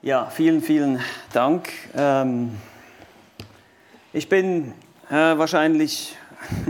Ja, vielen, vielen Dank. Ich bin wahrscheinlich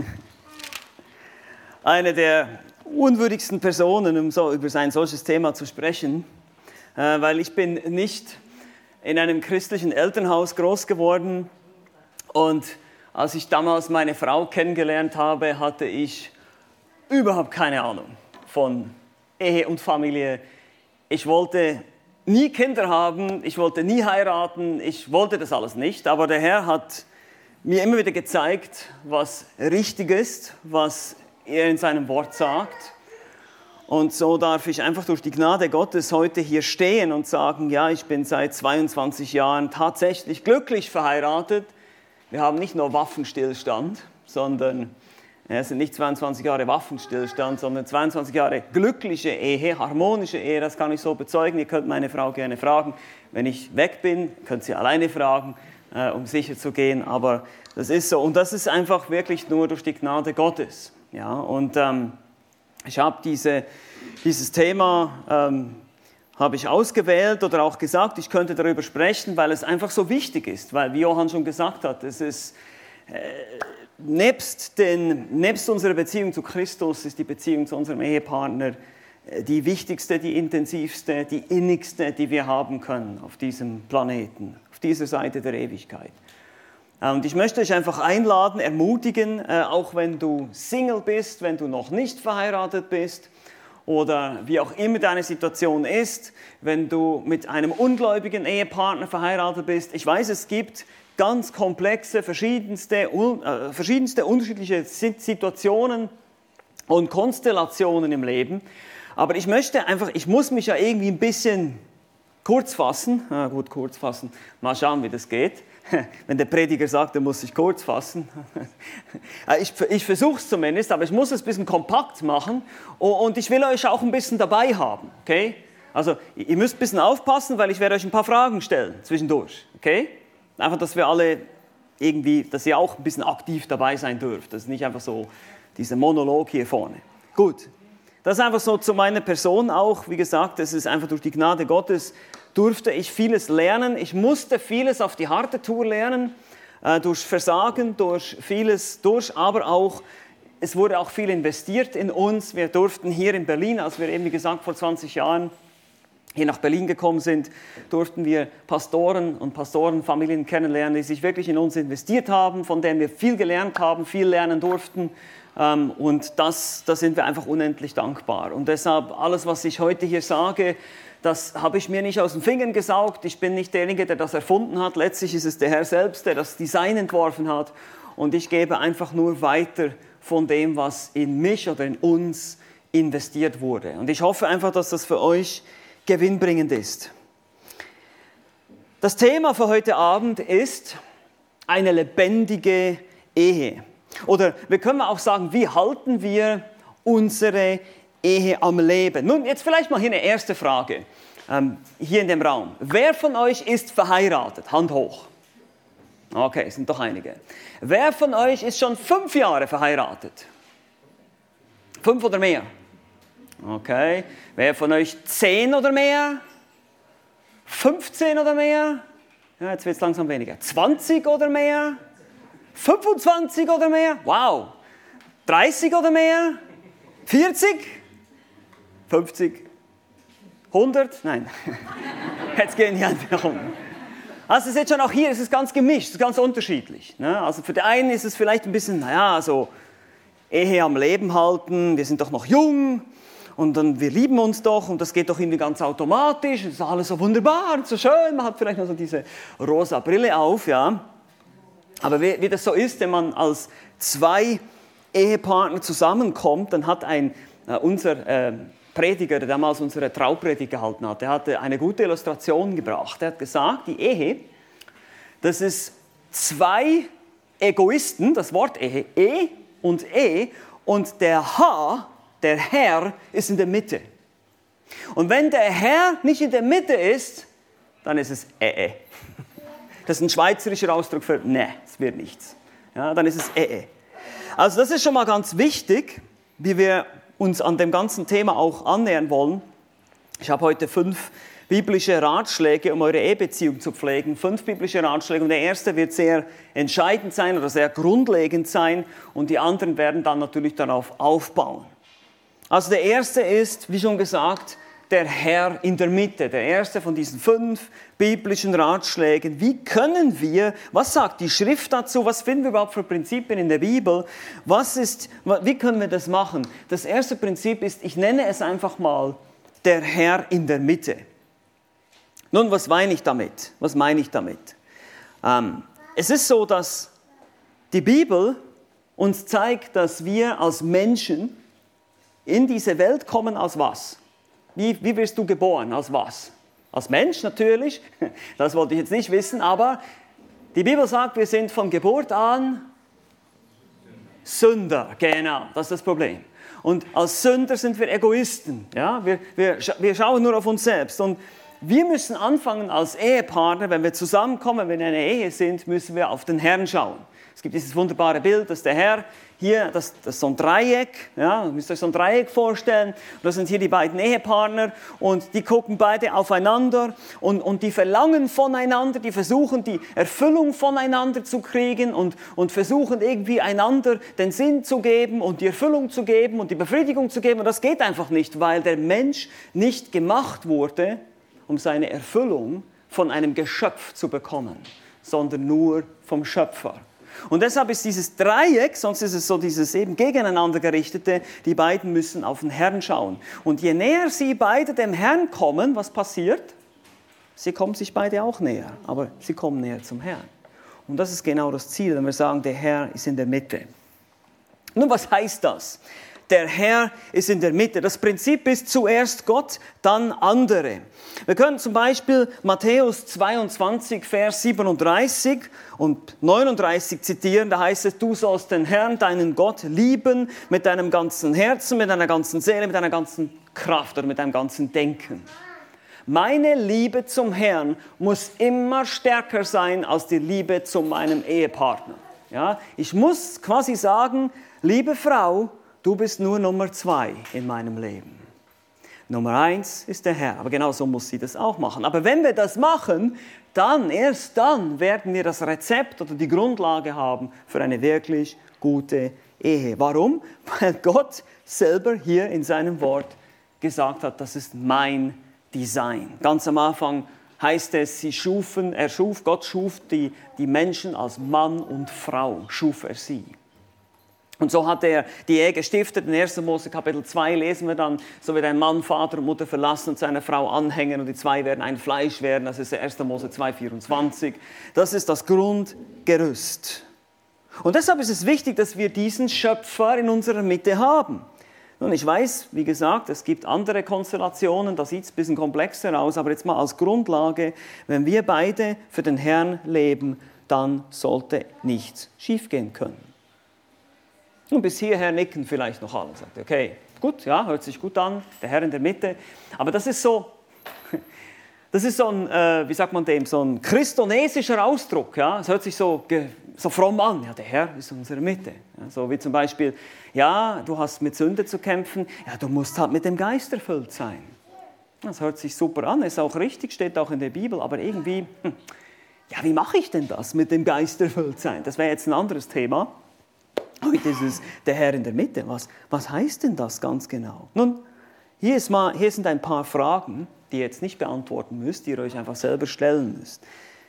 eine der unwürdigsten Personen, um so über ein solches Thema zu sprechen, weil ich bin nicht in einem christlichen Elternhaus groß geworden und als ich damals meine Frau kennengelernt habe, hatte ich überhaupt keine Ahnung von Ehe und Familie. Ich wollte nie Kinder haben, ich wollte nie heiraten, ich wollte das alles nicht, aber der Herr hat mir immer wieder gezeigt, was richtig ist, was er in seinem Wort sagt. Und so darf ich einfach durch die Gnade Gottes heute hier stehen und sagen, ja, ich bin seit 22 Jahren tatsächlich glücklich verheiratet. Wir haben nicht nur Waffenstillstand, sondern es sind nicht 22 Jahre Waffenstillstand, sondern 22 Jahre glückliche Ehe, harmonische Ehe, das kann ich so bezeugen. Ihr könnt meine Frau gerne fragen. Wenn ich weg bin, könnt sie alleine fragen, um sicher zu gehen. Aber das ist so. Und das ist einfach wirklich nur durch die Gnade Gottes. Ja, und ich habe dieses Thema habe ich ausgewählt oder auch gesagt, ich könnte darüber sprechen, weil es einfach so wichtig ist. Weil, wie Johann schon gesagt hat, es ist... Nebst unserer Beziehung zu Christus ist die Beziehung zu unserem Ehepartner die wichtigste, die intensivste, die innigste, die wir haben können auf diesem Planeten, auf dieser Seite der Ewigkeit. Und ich möchte euch einfach einladen, ermutigen, auch wenn du Single bist, wenn du noch nicht verheiratet bist oder wie auch immer deine Situation ist, wenn du mit einem ungläubigen Ehepartner verheiratet bist. Ich weiß, es gibt ganz komplexe, verschiedenste unterschiedliche Situationen und Konstellationen im Leben. Aber ich muss mich ja irgendwie ein bisschen kurz fassen. Kurz fassen. Mal schauen, wie das geht. Wenn der Prediger sagt, er muss sich kurz fassen. Ich versuche es zumindest, aber ich muss es ein bisschen kompakt machen. Und ich will euch auch ein bisschen dabei haben. Okay? Also, ihr müsst ein bisschen aufpassen, weil ich werde euch ein paar Fragen stellen zwischendurch. Okay? Einfach, dass wir alle dass ihr auch ein bisschen aktiv dabei sein dürft. Das ist nicht einfach so dieser Monolog hier vorne. Gut, das ist einfach so zu meiner Person auch. Wie gesagt, es ist einfach durch die Gnade Gottes durfte ich vieles lernen. Ich musste vieles auf die harte Tour lernen, durch Versagen, aber auch, es wurde auch viel investiert in uns. Wir durften hier in Berlin, als wir eben, wie gesagt, vor 20 Jahren hier nach Berlin gekommen sind, durften wir Pastoren und Pastorenfamilien kennenlernen, die sich wirklich in uns investiert haben, von denen wir viel gelernt haben, viel lernen durften. Und da sind wir einfach unendlich dankbar. Und deshalb, alles, was ich heute hier sage, das habe ich mir nicht aus den Fingern gesaugt. Ich bin nicht derjenige, der das erfunden hat. Letztlich ist es der Herr selbst, der das Design entworfen hat. Und ich gebe einfach nur weiter von dem, was in mich oder in uns investiert wurde. Und ich hoffe einfach, dass das für euch gewinnbringend ist. Das Thema für heute Abend ist eine lebendige Ehe. Oder wir können auch sagen, wie halten wir unsere Ehe am Leben? Nun, jetzt vielleicht mal hier eine erste Frage, hier in dem Raum. Wer von euch ist verheiratet? Hand hoch. Okay, es sind doch einige. Wer von euch ist schon 5 Jahre verheiratet? 5 oder mehr? Okay. Wer von euch 10 oder mehr? 15 oder mehr? Ja, jetzt wird es langsam weniger. 20 oder mehr? 25 oder mehr? Wow. 30 oder mehr? 40? 50? 100? Nein. Jetzt gehen die Hände nach unten. Also es ist schon auch hier, es ist ganz gemischt, es ist ganz unterschiedlich. Ne? Also für die einen ist es vielleicht ein bisschen, so Ehe am Leben halten, wir sind doch noch jung. Und dann, wir lieben uns doch und das geht doch irgendwie ganz automatisch. Es ist alles so wunderbar und so schön. Man hat vielleicht noch so diese rosa Brille auf, ja. Aber wie das so ist, wenn man als 2 Ehepartner zusammenkommt, dann hat unser Prediger, der damals unsere Traupredigt gehalten hat, der hatte eine gute Illustration gebracht. Er hat gesagt, die Ehe, das ist 2 Egoisten, das Wort Ehe, E und E, und der Herr ist in der Mitte. Und wenn der Herr nicht in der Mitte ist, dann ist es Das ist ein schweizerischer Ausdruck für es wird nichts. Ja, dann ist es Also das ist schon mal ganz wichtig, wie wir uns an dem ganzen Thema auch annähern wollen. Ich habe heute 5 biblische Ratschläge, um eure Ehebeziehung zu pflegen. 5 biblische Ratschläge. Und der erste wird sehr entscheidend sein oder sehr grundlegend sein. Und die anderen werden dann natürlich darauf aufbauen. Also der erste ist, wie schon gesagt, der Herr in der Mitte. Der erste von diesen 5 biblischen Ratschlägen. Wie können wir, was sagt die Schrift dazu, was finden wir überhaupt für Prinzipien in der Bibel, wie können wir das machen? Das erste Prinzip ist, ich nenne es einfach mal, der Herr in der Mitte. Nun, was meine ich damit? Es ist so, dass die Bibel uns zeigt, dass wir als Menschen in diese Welt kommen als was? Wie wirst du geboren? Als was? Als Mensch natürlich, das wollte ich jetzt nicht wissen, aber die Bibel sagt, wir sind von Geburt an Sünder. Genau, das ist das Problem. Und als Sünder sind wir Egoisten. Ja? Wir schauen nur auf uns selbst. Und wir müssen anfangen als Ehepartner, wenn wir zusammenkommen, wenn wir in einer Ehe sind, müssen wir auf den Herrn schauen. Es gibt dieses wunderbare Bild, dass der Herr hier, das ist so ein Dreieck, ja, ihr müsst euch so ein Dreieck vorstellen, und das sind hier die beiden Ehepartner und die gucken beide aufeinander und die verlangen voneinander, die versuchen die Erfüllung voneinander zu kriegen und versuchen irgendwie einander den Sinn zu geben und die Erfüllung zu geben und die Befriedigung zu geben, und das geht einfach nicht, weil der Mensch nicht gemacht wurde, um seine Erfüllung von einem Geschöpf zu bekommen, sondern nur vom Schöpfer. Und deshalb ist dieses Dreieck, sonst ist es so dieses eben gegeneinander gerichtete, die beiden müssen auf den Herrn schauen. Und je näher sie beide dem Herrn kommen, was passiert? Sie kommen sich beide auch näher, aber sie kommen näher zum Herrn. Und das ist genau das Ziel, wenn wir sagen, der Herr ist in der Mitte. Nun, was heißt das? Der Herr ist in der Mitte. Das Prinzip ist zuerst Gott, dann andere. Wir können zum Beispiel Matthäus 22, Vers 37 und 39 zitieren. Da heißt es, du sollst den Herrn, deinen Gott, lieben mit deinem ganzen Herzen, mit deiner ganzen Seele, mit deiner ganzen Kraft oder mit deinem ganzen Denken. Meine Liebe zum Herrn muss immer stärker sein als die Liebe zu meinem Ehepartner. Ja, ich muss quasi sagen, liebe Frau, du bist nur Nummer 2 in meinem Leben. Nummer 1 ist der Herr, aber genau so muss sie das auch machen. Aber wenn wir das machen, erst dann werden wir das Rezept oder die Grundlage haben für eine wirklich gute Ehe. Warum? Weil Gott selber hier in seinem Wort gesagt hat, das ist mein Design. Ganz am Anfang heißt es, Gott schuf die Menschen als Mann und Frau, schuf er sie. Und so hat er die Ehe gestiftet. In 1. Mose Kapitel 2 lesen wir dann, so wird ein Mann Vater und Mutter verlassen und seine Frau anhängen und die zwei werden ein Fleisch werden. Das ist 1. Mose 2,24. Das ist das Grundgerüst. Und deshalb ist es wichtig, dass wir diesen Schöpfer in unserer Mitte haben. Nun, ich weiß, wie gesagt, es gibt andere Konstellationen, da sieht es ein bisschen komplexer aus, aber jetzt mal als Grundlage, wenn wir beide für den Herrn leben, dann sollte nichts schiefgehen können. Und bis hierher nicken vielleicht noch alle. Sagt, okay, gut, ja, hört sich gut an, der Herr in der Mitte. Aber das ist so ein, wie sagt man dem, so ein christonesischer Ausdruck. Ja? Es hört sich so fromm an. Ja, der Herr ist in unserer Mitte. Ja, so wie zum Beispiel, ja, du hast mit Sünde zu kämpfen, ja, du musst halt mit dem Geist erfüllt sein. Das hört sich super an, ist auch richtig, steht auch in der Bibel, aber irgendwie, ja, wie mache ich denn das mit dem Geist erfüllt sein? Das wäre jetzt ein anderes Thema. Heute ist es der Herr in der Mitte. Was heißt denn das ganz genau? Nun, hier sind ein paar Fragen, die ihr jetzt nicht beantworten müsst, die ihr euch einfach selber stellen müsst.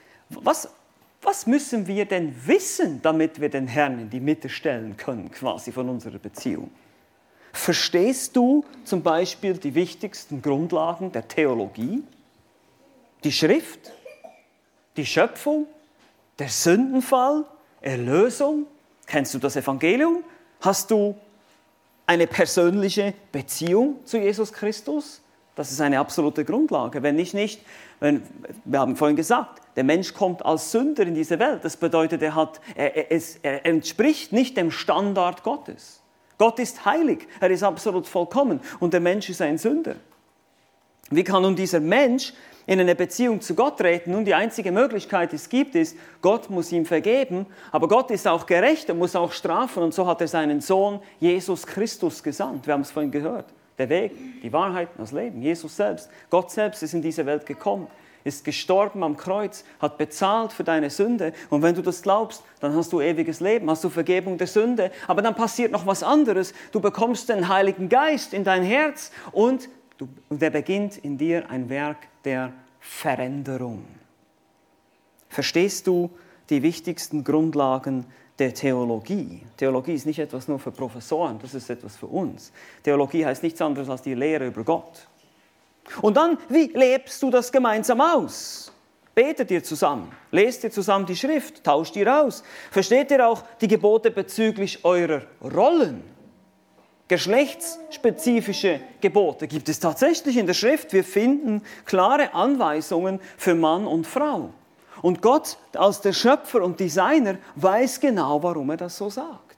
Was müssen wir denn wissen, damit wir den Herrn in die Mitte stellen können, quasi von unserer Beziehung? Verstehst du zum Beispiel die wichtigsten Grundlagen der Theologie? Die Schrift? Die Schöpfung? Der Sündenfall? Erlösung? Kennst du das Evangelium? Hast du eine persönliche Beziehung zu Jesus Christus? Das ist eine absolute Grundlage. Wenn nicht, wir haben vorhin gesagt, der Mensch kommt als Sünder in diese Welt. Das bedeutet, er entspricht nicht dem Standard Gottes. Gott ist heilig, er ist absolut vollkommen und der Mensch ist ein Sünder. Wie kann nun dieser Mensch in eine Beziehung zu Gott treten? Nun, die einzige Möglichkeit, die es gibt, ist, Gott muss ihm vergeben, aber Gott ist auch gerecht, er muss auch strafen und so hat er seinen Sohn Jesus Christus gesandt. Wir haben es vorhin gehört. der Weg, die Wahrheit, das Leben. Jesus selbst, Gott selbst ist in diese Welt gekommen, ist gestorben am Kreuz, hat bezahlt für deine Sünde. Und wenn du das glaubst, dann hast du ewiges Leben, hast du Vergebung der Sünde. Aber dann passiert noch was anderes. Du bekommst den Heiligen Geist in dein Herz und der beginnt in dir ein Werk der Veränderung. Verstehst du die wichtigsten Grundlagen der Theologie? Theologie ist nicht etwas nur für Professoren, das ist etwas für uns. Theologie heißt nichts anderes als die Lehre über Gott. Und dann, wie lebst du das gemeinsam aus? Betet ihr zusammen, lest ihr zusammen die Schrift, tauscht ihr aus. Versteht ihr auch die Gebote bezüglich eurer Rollen? Geschlechtsspezifische Gebote gibt es tatsächlich in der Schrift. Wir finden klare Anweisungen für Mann und Frau. Und Gott als der Schöpfer und Designer weiß genau, warum er das so sagt.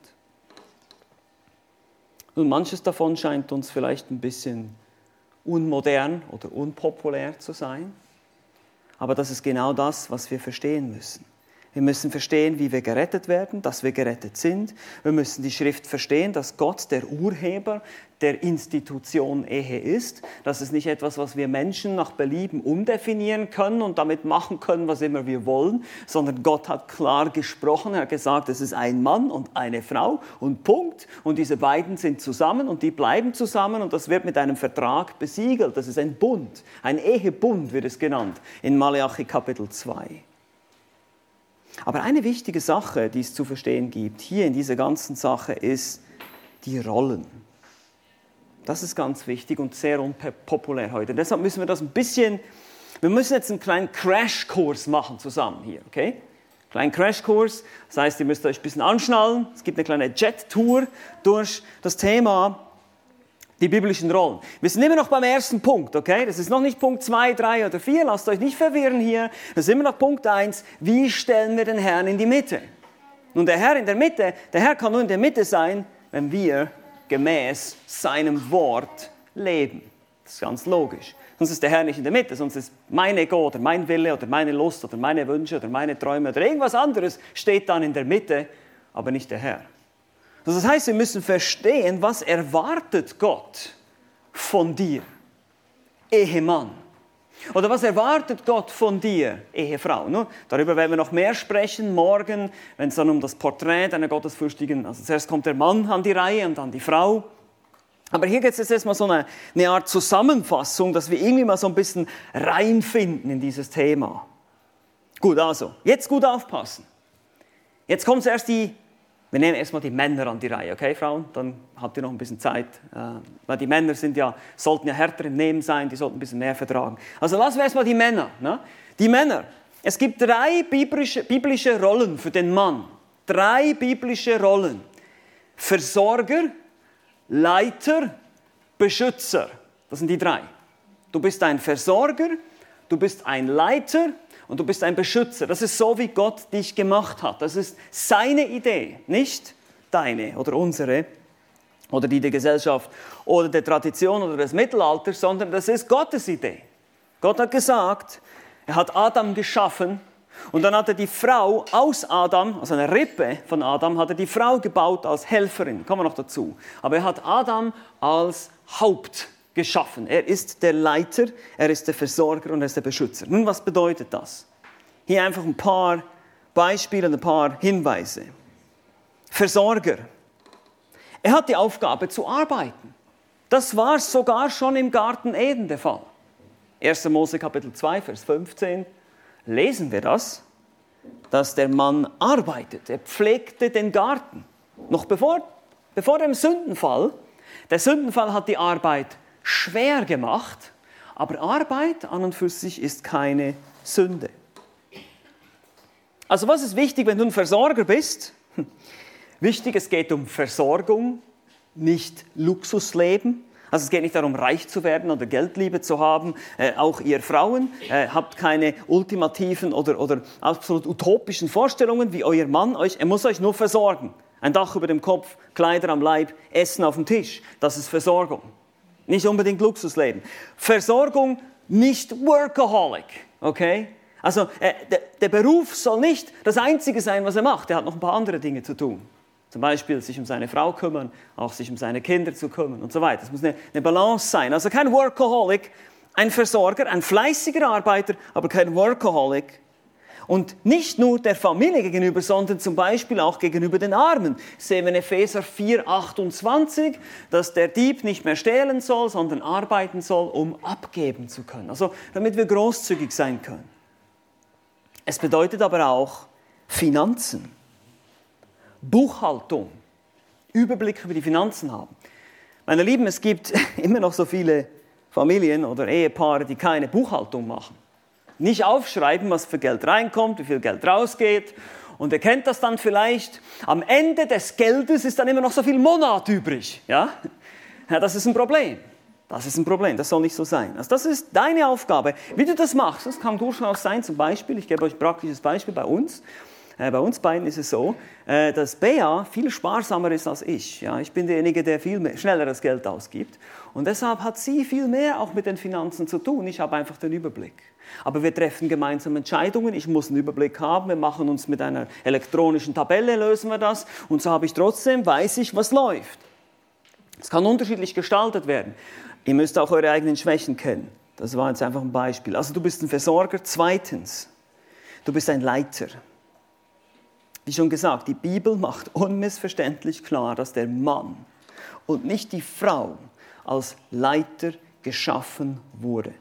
Und manches davon scheint uns vielleicht ein bisschen unmodern oder unpopulär zu sein. Aber das ist genau das, was wir verstehen müssen. Wir müssen verstehen, wie wir gerettet werden, dass wir gerettet sind. Wir müssen die Schrift verstehen, dass Gott der Urheber der Institution Ehe ist. Das ist nicht etwas, was wir Menschen nach Belieben umdefinieren können und damit machen können, was immer wir wollen, sondern Gott hat klar gesprochen. Er hat gesagt, es ist ein Mann und eine Frau und Punkt. Und diese beiden sind zusammen und die bleiben zusammen und das wird mit einem Vertrag besiegelt. Das ist ein Bund, ein Ehebund wird es genannt in Malachi Kapitel 2. Aber eine wichtige Sache, die es zu verstehen gibt, hier in dieser ganzen Sache, ist die Rollen. Das ist ganz wichtig und sehr unpopulär heute. Deshalb müssen wir das ein bisschen, wir müssen jetzt einen kleinen Crashkurs machen zusammen hier, okay? Kleinen Crashkurs, das heißt, ihr müsst euch ein bisschen anschnallen. Es gibt eine kleine Jet-Tour durch das Thema die biblischen Rollen. Wir sind immer noch beim ersten Punkt, okay? Das ist noch nicht Punkt 2, 3 oder 4, lasst euch nicht verwirren hier. Das ist immer noch Punkt 1, wie stellen wir den Herrn in die Mitte? Nun, der Herr in der Mitte, der Herr kann nur in der Mitte sein, wenn wir gemäß seinem Wort leben. Das ist ganz logisch. Sonst ist der Herr nicht in der Mitte, sonst ist mein Ego oder mein Wille oder meine Lust oder meine Wünsche oder meine Träume oder irgendwas anderes steht dann in der Mitte, aber nicht der Herr. Das heißt, wir müssen verstehen, was erwartet Gott von dir, Ehemann? Oder was erwartet Gott von dir, Ehefrau? Darüber werden wir noch mehr sprechen morgen, wenn es dann um das Porträt einer gottesfürchtigen, also zuerst kommt der Mann an die Reihe und dann die Frau. Aber hier geht es jetzt erstmal so eine Art Zusammenfassung, dass wir irgendwie mal so ein bisschen reinfinden in dieses Thema. Gut, also, jetzt gut aufpassen. Jetzt kommt zuerst wir nehmen erstmal die Männer an die Reihe, okay, Frauen? Dann habt ihr noch ein bisschen Zeit. Weil die Männer sollten ja härter im Nehmen sein, die sollten ein bisschen mehr vertragen. Also lassen wir erstmal die Männer. Ne? Die Männer. Es gibt 3 biblische Rollen für den Mann. 3 biblische Rollen. Versorger, Leiter, Beschützer. Das sind die 3. Du bist ein Versorger, du bist ein Leiter und du bist ein Beschützer. Das ist so, wie Gott dich gemacht hat. Das ist seine Idee, nicht deine oder unsere oder die der Gesellschaft oder der Tradition oder des Mittelalters, sondern das ist Gottes Idee. Gott hat gesagt, er hat Adam geschaffen und dann hat er die Frau aus Adam, also eine Rippe von Adam, hat er die Frau gebaut als Helferin. Kommen wir noch dazu. Aber er hat Adam als Haupt geschaffen. Er ist der Leiter, er ist der Versorger und er ist der Beschützer. Nun, was bedeutet das? Hier einfach ein paar Beispiele und ein paar Hinweise. Versorger. Er hat die Aufgabe zu arbeiten. Das war sogar schon im Garten Eden der Fall. 1. Mose Kapitel 2, Vers 15 lesen wir das, dass der Mann arbeitet. Er pflegte den Garten. Noch bevor dem Sündenfall. Der Sündenfall hat die Arbeit schwer gemacht, aber Arbeit an und für sich ist keine Sünde. Also was ist wichtig, wenn du ein Versorger bist? Wichtig, es geht um Versorgung, nicht Luxusleben. Also es geht nicht darum, reich zu werden oder Geldliebe zu haben. Auch ihr Frauen, habt keine ultimativen oder absolut utopischen Vorstellungen, wie euer Mann er muss euch nur versorgen. Ein Dach über dem Kopf, Kleider am Leib, Essen auf dem Tisch. Das ist Versorgung. Nicht unbedingt Luxusleben. Versorgung, nicht Workaholic. Okay? Also der Beruf soll nicht das Einzige sein, was er macht. Er hat noch ein paar andere Dinge zu tun. Zum Beispiel sich um seine Frau kümmern, auch sich um seine Kinder zu kümmern und so weiter. Es muss eine Balance sein. Also kein Workaholic, ein Versorger, ein fleißiger Arbeiter, aber kein Workaholic. Und nicht nur der Familie gegenüber, sondern zum Beispiel auch gegenüber den Armen. Sehen wir in Epheser 4,28, dass der Dieb nicht mehr stehlen soll, sondern arbeiten soll, um abgeben zu können. Also damit wir großzügig sein können. Es bedeutet aber auch Finanzen, Buchhaltung, Überblick über die Finanzen haben. Meine Lieben, es gibt immer noch so viele Familien oder Ehepaare, die keine Buchhaltung machen. Nicht aufschreiben, was für Geld reinkommt, wie viel Geld rausgeht. Und ihr kennt das dann vielleicht, am Ende des Geldes ist dann immer noch so viel Monat übrig. Ja, das ist ein Problem. Das ist ein Problem, das soll nicht so sein. Also das ist deine Aufgabe. Wie du das machst, das kann durchaus sein, zum Beispiel, ich gebe euch ein praktisches Beispiel bei uns. Bei uns beiden ist es so, dass Bea viel sparsamer ist als ich. Ja, ich bin derjenige, der viel schneller das Geld ausgibt. Und deshalb hat sie viel mehr auch mit den Finanzen zu tun. Ich habe einfach den Überblick. Aber wir treffen gemeinsam Entscheidungen. Ich muss einen Überblick haben. Wir machen uns mit einer elektronischen Tabelle, lösen wir das. Und so habe ich trotzdem, weiß ich, was läuft. Es kann unterschiedlich gestaltet werden. Ihr müsst auch eure eigenen Schwächen kennen. Das war jetzt einfach ein Beispiel. Also du bist ein Versorger. Zweitens, du bist ein Leiter. Wie schon gesagt, die Bibel macht unmissverständlich klar, dass der Mann und nicht die Frau als Leiter geschaffen wurde.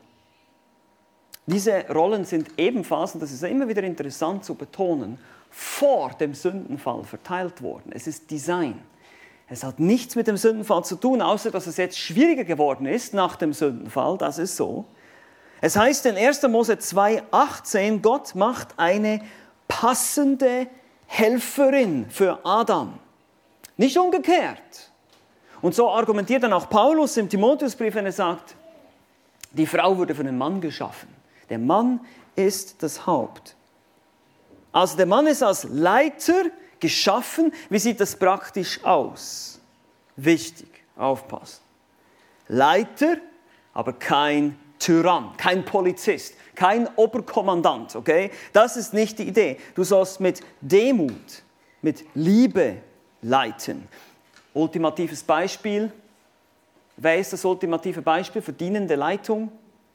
Diese Rollen sind ebenfalls, und das ist immer wieder interessant zu betonen, vor dem Sündenfall verteilt worden. Es ist Design. Es hat nichts mit dem Sündenfall zu tun, außer dass es jetzt schwieriger geworden ist nach dem Sündenfall. Das ist so. Es heißt in 1. Mose 2,18, Gott macht eine passende Helferin für Adam. Nicht umgekehrt. Und so argumentiert dann auch Paulus im Timotheusbrief, wenn er sagt, die Frau wurde für den Mann geschaffen. Der Mann ist das Haupt. Also der Mann ist als Leiter geschaffen. Wie sieht das praktisch aus? Wichtig, aufpassen. Leiter, aber kein Tyrann, kein Polizist, kein Oberkommandant, okay? Das ist nicht die Idee. Du sollst mit Demut, mit Liebe leiten. Ultimatives Beispiel. Wer ist das ultimative Beispiel für dienende Leitung?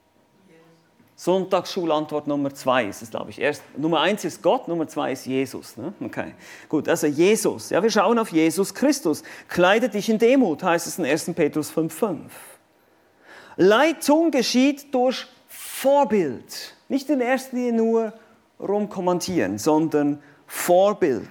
Sonntagsschulantwort Nummer 2 ist es, glaube ich. Nummer 1 ist Gott, Nummer 2 ist Jesus. Ne? Okay, gut, also Jesus. Ja, wir schauen auf Jesus Christus. Kleide dich in Demut, heißt es in 1. Petrus 5,5. Leitung geschieht durch Vorbild. Nicht in erster Linie nur rumkommentieren, sondern Vorbild.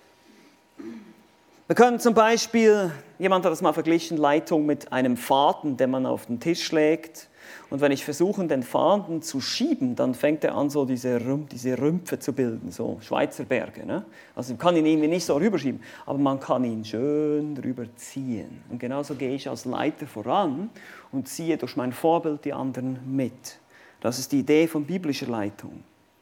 Wir können zum Beispiel, jemand hat das mal verglichen, Leitung mit einem Faden, den man auf den Tisch legt. Und wenn ich versuche, den Faden zu schieben, dann fängt er an, so diese Rümpfe zu bilden, so Schweizer Berge. Ne? Also man kann ihn irgendwie nicht so rüberschieben, aber man kann ihn schön rüberziehen. Und genauso gehe ich als Leiter voran und ziehe durch mein Vorbild die anderen mit. Das ist die Idee von biblischer Leitung.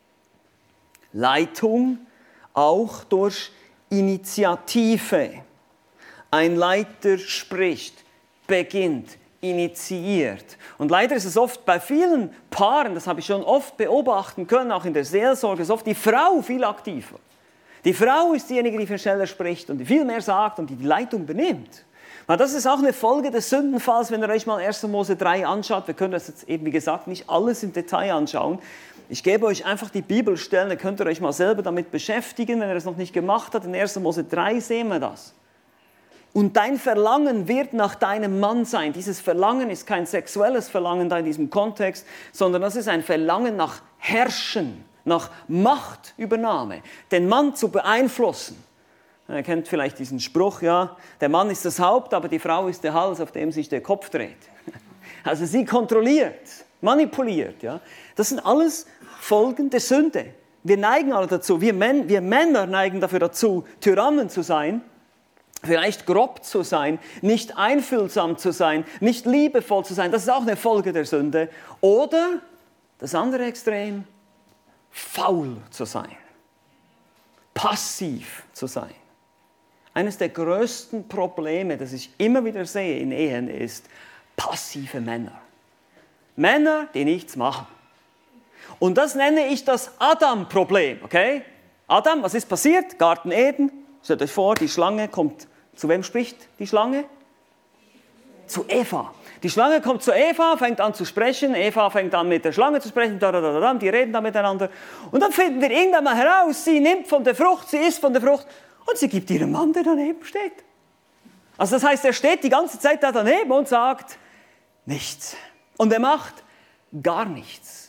Leitung auch durch Initiative. Ein Leiter spricht, beginnt, initiiert. Und leider ist es oft bei vielen Paaren, das habe ich schon oft beobachten können, auch in der Seelsorge, ist oft die Frau viel aktiver. Die Frau ist diejenige, die viel schneller spricht und die viel mehr sagt und die die Leitung benimmt. Aber das ist auch eine Folge des Sündenfalls, wenn ihr euch mal 1. Mose 3 anschaut. Wir können das jetzt eben, wie gesagt, nicht alles im Detail anschauen. Ich gebe euch einfach die Bibelstellen, dann könnt ihr euch mal selber damit beschäftigen. Wenn ihr das noch nicht gemacht habt, in 1. Mose 3 sehen wir das. Und dein Verlangen wird nach deinem Mann sein. Dieses Verlangen ist kein sexuelles Verlangen da in diesem Kontext, sondern das ist ein Verlangen nach Herrschen, nach Machtübernahme, den Mann zu beeinflussen. Ihr kennt vielleicht diesen Spruch, ja, der Mann ist das Haupt, aber die Frau ist der Hals, auf dem sich der Kopf dreht. Also sie kontrolliert, manipuliert. Ja. Das sind alles Folgen der Sünde. Wir neigen alle dazu, wir Männer neigen dafür dazu, Tyrannen zu sein, vielleicht grob zu sein, nicht einfühlsam zu sein, nicht liebevoll zu sein. Das ist auch eine Folge der Sünde. Oder das andere Extrem, faul zu sein, passiv zu sein. Eines der größten Probleme, das ich immer wieder sehe in Ehen, ist passive Männer. Männer, die nichts machen. Und das nenne ich das Adam-Problem. Okay? Adam, was ist passiert? Garten Eden, Stellt euch vor, die Schlange kommt, zu wem spricht die Schlange? Zu Eva. Die Schlange kommt zu Eva, fängt an zu sprechen, Eva fängt an mit der Schlange zu sprechen, die reden da miteinander. Und dann finden wir irgendwann mal heraus, sie nimmt von der Frucht, sie isst von der Frucht und sie gibt ihrem Mann, der daneben steht. Also das heißt, er steht die ganze Zeit da daneben und sagt nichts. Und er macht gar nichts.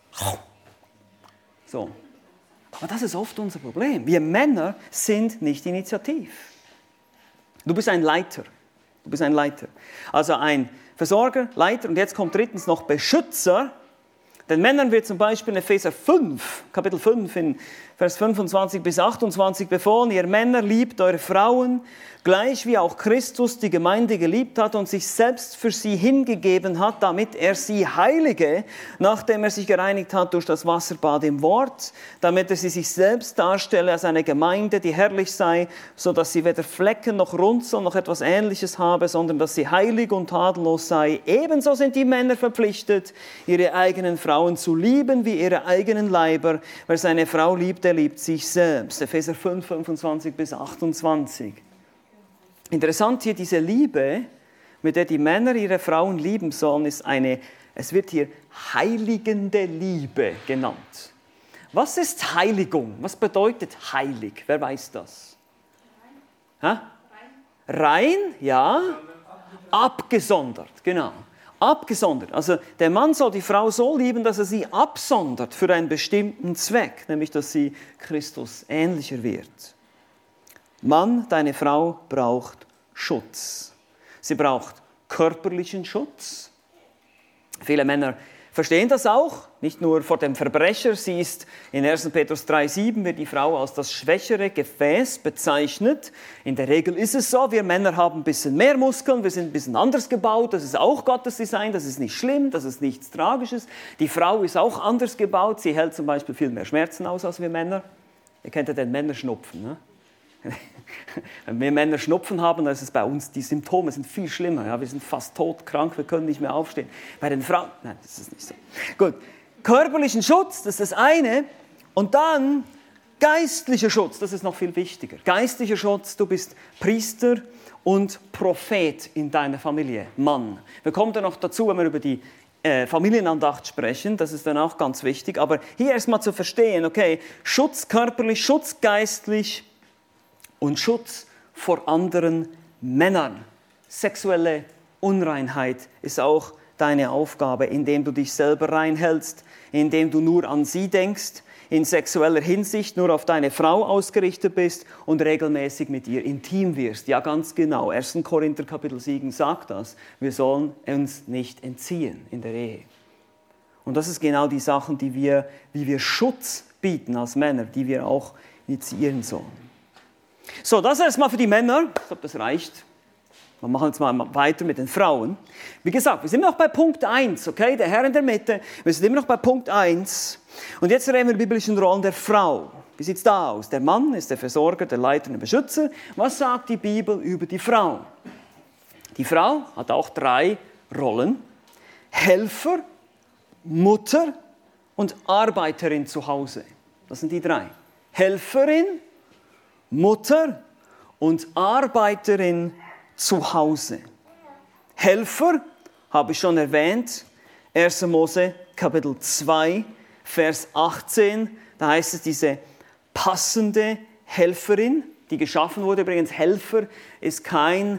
So. Aber das ist oft unser Problem. Wir Männer sind nicht initiativ. Du bist ein Leiter. Du bist ein Leiter. Also ein Versorger, Leiter und jetzt kommt drittens noch Beschützer. Den Männern wird zum Beispiel in Epheser 5, Kapitel 5, in Vers 25 bis 28 befohlen, ihr Männer liebt eure Frauen, gleich wie auch Christus die Gemeinde geliebt hat und sich selbst für sie hingegeben hat, damit er sie heilige, nachdem er sich gereinigt hat durch das Wasserbad im Wort, damit er sie sich selbst darstelle als eine Gemeinde, die herrlich sei, so dass sie weder Flecken noch Runzeln noch etwas Ähnliches habe, sondern dass sie heilig und tadellos sei. Ebenso sind die Männer verpflichtet, ihre eigenen Frauen zu lieben wie ihre eigenen Leiber. Wer seine Frau liebt, der liebt sich selbst. Epheser 5, 25 bis 28. Interessant hier, diese Liebe, mit der die Männer ihre Frauen lieben sollen, ist es wird hier heiligende Liebe genannt. Was ist Heiligung? Was bedeutet heilig? Wer weiß das? Rein. Rein, ja. Abgesondert, genau. Abgesondert. Also der Mann soll die Frau so lieben, dass er sie absondert für einen bestimmten Zweck, nämlich dass sie Christus ähnlicher wird. Mann, deine Frau braucht Schutz. Sie braucht körperlichen Schutz. Viele Männer verstehen das auch, nicht nur vor dem Verbrecher. Sie ist in 1. Petrus 3,7 wird die Frau als das schwächere Gefäß bezeichnet. In der Regel ist es so, wir Männer haben ein bisschen mehr Muskeln, wir sind ein bisschen anders gebaut. Das ist auch Gottes Design, das ist nicht schlimm, das ist nichts Tragisches. Die Frau ist auch anders gebaut. Sie hält zum Beispiel viel mehr Schmerzen aus als wir Männer. Ihr kennt ja den Männerschnupfen, ne? Wenn wir Männer Schnupfen haben, dann ist es bei uns, die Symptome sind viel schlimmer. Ja? Wir sind fast todkrank, wir können nicht mehr aufstehen. Bei den Frauen, nein, das ist nicht so. Gut, körperlichen Schutz, das ist das eine. Und dann geistlicher Schutz, das ist noch viel wichtiger. Geistlicher Schutz, du bist Priester und Prophet in deiner Familie, Mann. Wir kommen dann noch dazu, wenn wir über die Familienandacht sprechen, das ist dann auch ganz wichtig. Aber hier erstmal zu verstehen, okay, Schutz körperlich, Schutz geistlich, und Schutz vor anderen Männern. Sexuelle Unreinheit ist auch deine Aufgabe, indem du dich selber reinhältst, indem du nur an sie denkst, in sexueller Hinsicht nur auf deine Frau ausgerichtet bist und regelmäßig mit ihr intim wirst. Ja, ganz genau. 1. Korinther Kapitel 7 sagt das. Wir sollen uns nicht entziehen in der Ehe. Und das ist genau die Sachen, wie wir Schutz bieten als Männer, die wir auch initiieren sollen. So, das erstmal für die Männer. Ich glaube, das reicht. Wir machen jetzt mal weiter mit den Frauen. Wie gesagt, wir sind noch bei Punkt 1, okay? Der Herr in der Mitte. Wir sind immer noch bei Punkt 1. Und jetzt reden wir über die biblischen Rollen der Frau. Wie sieht es da aus? Der Mann ist der Versorger, der Leiter und der Beschützer. Was sagt die Bibel über die Frau? Die Frau hat auch 3 Rollen. Helfer, Mutter und Arbeiterin zu Hause. Das sind die 3. Helferin, Mutter und Arbeiterin zu Hause. Helfer, habe ich schon erwähnt, 1. Mose Kapitel 2, Vers 18, da heißt es, diese passende Helferin, die geschaffen wurde. Übrigens, Helfer ist kein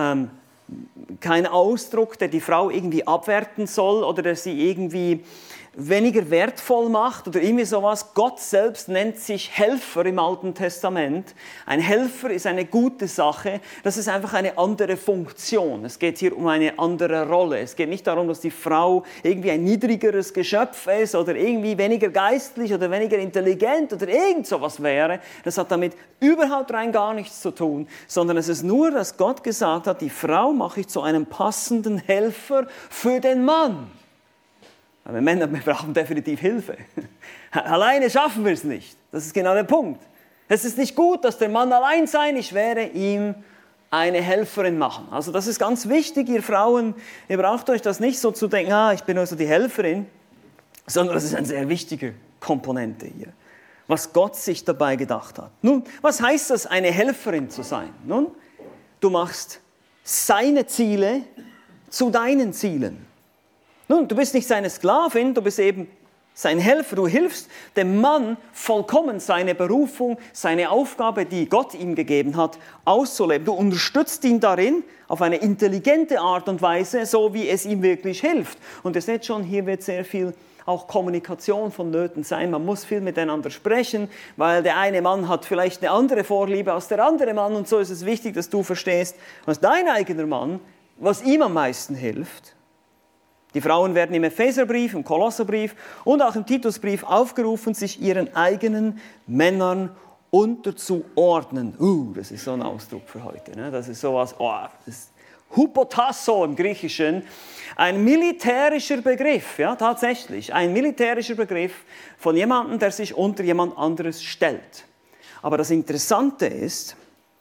Ausdruck, der die Frau irgendwie abwerten soll oder der sie irgendwie weniger wertvoll macht oder irgendwie sowas. Gott selbst nennt sich Helfer im Alten Testament. Ein Helfer ist eine gute Sache. Das ist einfach eine andere Funktion. Es geht hier um eine andere Rolle. Es geht nicht darum, dass die Frau irgendwie ein niedrigeres Geschöpf ist oder irgendwie weniger geistlich oder weniger intelligent oder irgend sowas wäre. Das hat damit überhaupt rein gar nichts zu tun, sondern es ist nur, dass Gott gesagt hat, die Frau mache ich zu einem passenden Helfer für den Mann. Aber Männer, wir brauchen definitiv Hilfe. Alleine schaffen wir es nicht. Das ist genau der Punkt. Es ist nicht gut, dass der Mann allein sein. Ich werde ihm eine Helferin machen. Also das ist ganz wichtig, ihr Frauen. Ihr braucht euch das nicht so zu denken, ich bin also die Helferin, sondern das ist eine sehr wichtige Komponente hier. was Gott sich dabei gedacht hat. Nun, was heißt das, eine Helferin zu sein? Nun, du machst seine Ziele zu deinen Zielen. Nun, du bist nicht seine Sklavin, du bist eben sein Helfer. Du hilfst dem Mann vollkommen seine Berufung, seine Aufgabe, die Gott ihm gegeben hat, auszuleben. Du unterstützt ihn darin auf eine intelligente Art und Weise, so wie es ihm wirklich hilft. Und ihr seht schon, hier wird sehr viel auch Kommunikation vonnöten sein. Man muss viel miteinander sprechen, weil der eine Mann hat vielleicht eine andere Vorliebe als der andere Mann. Und so ist es wichtig, dass du verstehst, was dein eigener Mann, was ihm am meisten hilft. Die Frauen werden im Epheserbrief, im Kolosserbrief und auch im Titusbrief aufgerufen, sich ihren eigenen Männern unterzuordnen. Das ist so ein Ausdruck für heute. Ne? Das ist sowas, das ist Hypotasso im Griechischen, ein militärischer Begriff, ja, tatsächlich, ein militärischer Begriff von jemandem, der sich unter jemand anderes stellt. Aber das Interessante ist,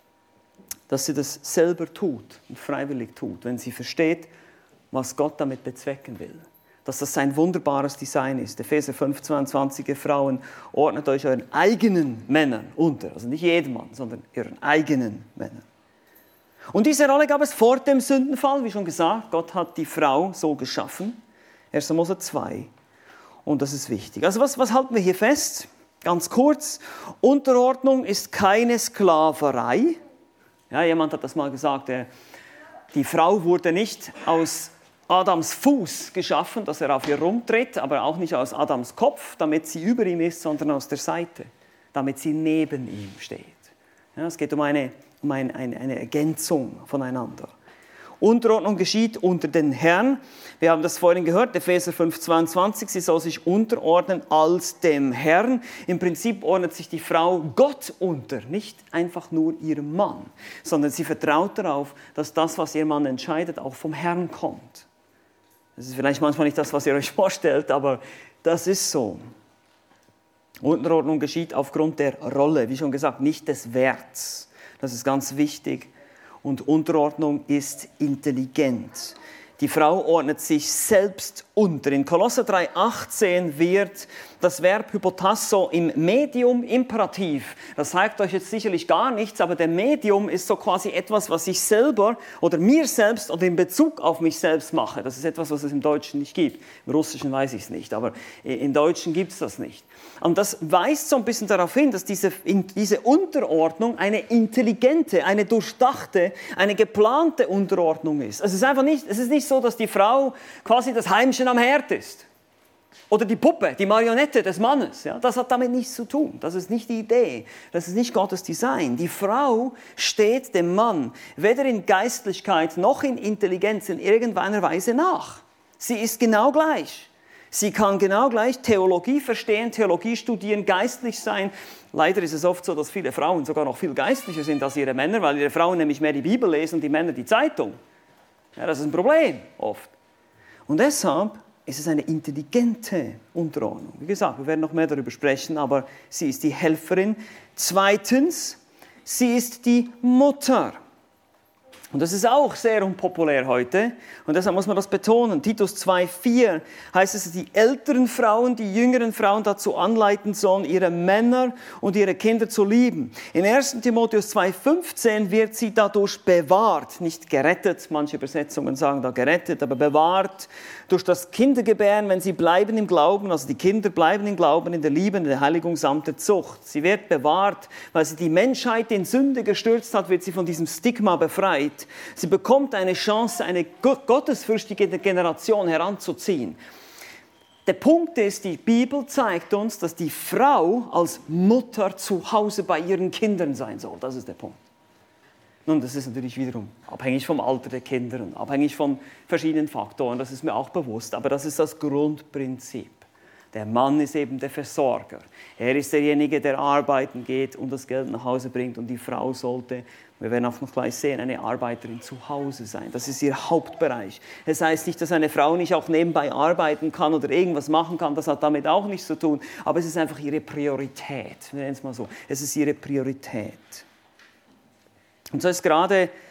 dass sie das selber tut und freiwillig tut, wenn sie versteht, was Gott damit bezwecken will. Dass das sein wunderbares Design ist. Epheser 5,22, ihr Frauen, ordnet euch euren eigenen Männern unter. Also nicht jedem Mann, sondern ihren eigenen Männern. Und diese Rolle gab es vor dem Sündenfall, wie schon gesagt. Gott hat die Frau so geschaffen. 1. Mose 2. Und das ist wichtig. Also was halten wir hier fest? Ganz kurz. Unterordnung ist keine Sklaverei. Ja, jemand hat das mal gesagt. Die Frau wurde nicht aus Adams Fuß geschaffen, dass er auf ihr rumtritt, aber auch nicht aus Adams Kopf, damit sie über ihm ist, sondern aus der Seite, damit sie neben ihm steht. Ja, es geht um eine Ergänzung voneinander. Unterordnung geschieht unter den Herrn. Wir haben das vorhin gehört, Epheser 5,22, sie soll sich unterordnen als dem Herrn. Im Prinzip ordnet sich die Frau Gott unter, nicht einfach nur ihrem Mann, sondern sie vertraut darauf, dass das, was ihr Mann entscheidet, auch vom Herrn kommt. Das ist vielleicht manchmal nicht das, was ihr euch vorstellt, aber das ist so. Unterordnung geschieht aufgrund der Rolle, wie schon gesagt, nicht des Werts. Das ist ganz wichtig. Und Unterordnung ist intelligent. Die Frau ordnet sich selbst unter. In Kolosser 3,18 wird das Verb Hypotasso im Medium Imperativ. Das sagt euch jetzt sicherlich gar nichts, aber der Medium ist so quasi etwas, was ich selber oder mir selbst oder in Bezug auf mich selbst mache. Das ist etwas, was es im Deutschen nicht gibt. Im Russischen weiß ich es nicht, aber im Deutschen gibt es das nicht. Und das weist so ein bisschen darauf hin, dass diese Unterordnung eine intelligente, eine durchdachte, eine geplante Unterordnung ist. Es ist nicht so, dass die Frau quasi das Heimchen am Herd ist. Oder die Puppe, die Marionette des Mannes. Ja, das hat damit nichts zu tun. Das ist nicht die Idee. Das ist nicht Gottes Design. Die Frau steht dem Mann weder in Geistlichkeit noch in Intelligenz in irgendeiner Weise nach. Sie ist genau gleich. Sie kann genau gleich Theologie verstehen, Theologie studieren, geistlich sein. Leider ist es oft so, dass viele Frauen sogar noch viel geistlicher sind als ihre Männer, weil ihre Frauen nämlich mehr die Bibel lesen und die Männer die Zeitung. Ja, das ist ein Problem oft. Und deshalb ist es eine intelligente Unterordnung. Wie gesagt, wir werden noch mehr darüber sprechen, aber sie ist die Helferin. Zweitens, sie ist die Mutter. Und das ist auch sehr unpopulär heute und deshalb muss man das betonen. Titus 2,4 heißt es, dass die älteren Frauen, die jüngeren Frauen dazu anleiten sollen, ihre Männer und ihre Kinder zu lieben. In 1. Timotheus 2,15 wird sie dadurch bewahrt, nicht gerettet, manche Übersetzungen sagen da gerettet, aber bewahrt durch das Kindergebären, wenn sie bleiben im Glauben, also die Kinder bleiben im Glauben, in der Liebe, in der Heiligung samt der Zucht. Sie wird bewahrt, weil sie die Menschheit in Sünde gestürzt hat, wird sie von diesem Stigma befreit. Sie bekommt eine Chance, eine gottesfürchtige Generation heranzuziehen. Der Punkt ist, die Bibel zeigt uns, dass die Frau als Mutter zu Hause bei ihren Kindern sein soll. Das ist der Punkt. Nun, das ist natürlich wiederum abhängig vom Alter der Kinder und abhängig von verschiedenen Faktoren, das ist mir auch bewusst, aber das ist das Grundprinzip. Der Mann ist eben der Versorger. Er ist derjenige, der arbeiten geht und das Geld nach Hause bringt und die Frau sollte, wir werden auch noch gleich sehen, eine Arbeiterin zu Hause sein. Das ist ihr Hauptbereich. Es heißt nicht, dass eine Frau nicht auch nebenbei arbeiten kann oder irgendwas machen kann, das hat damit auch nichts zu tun, aber es ist einfach ihre Priorität. Wir nennen es mal so, es ist ihre Priorität. Und so ist gerade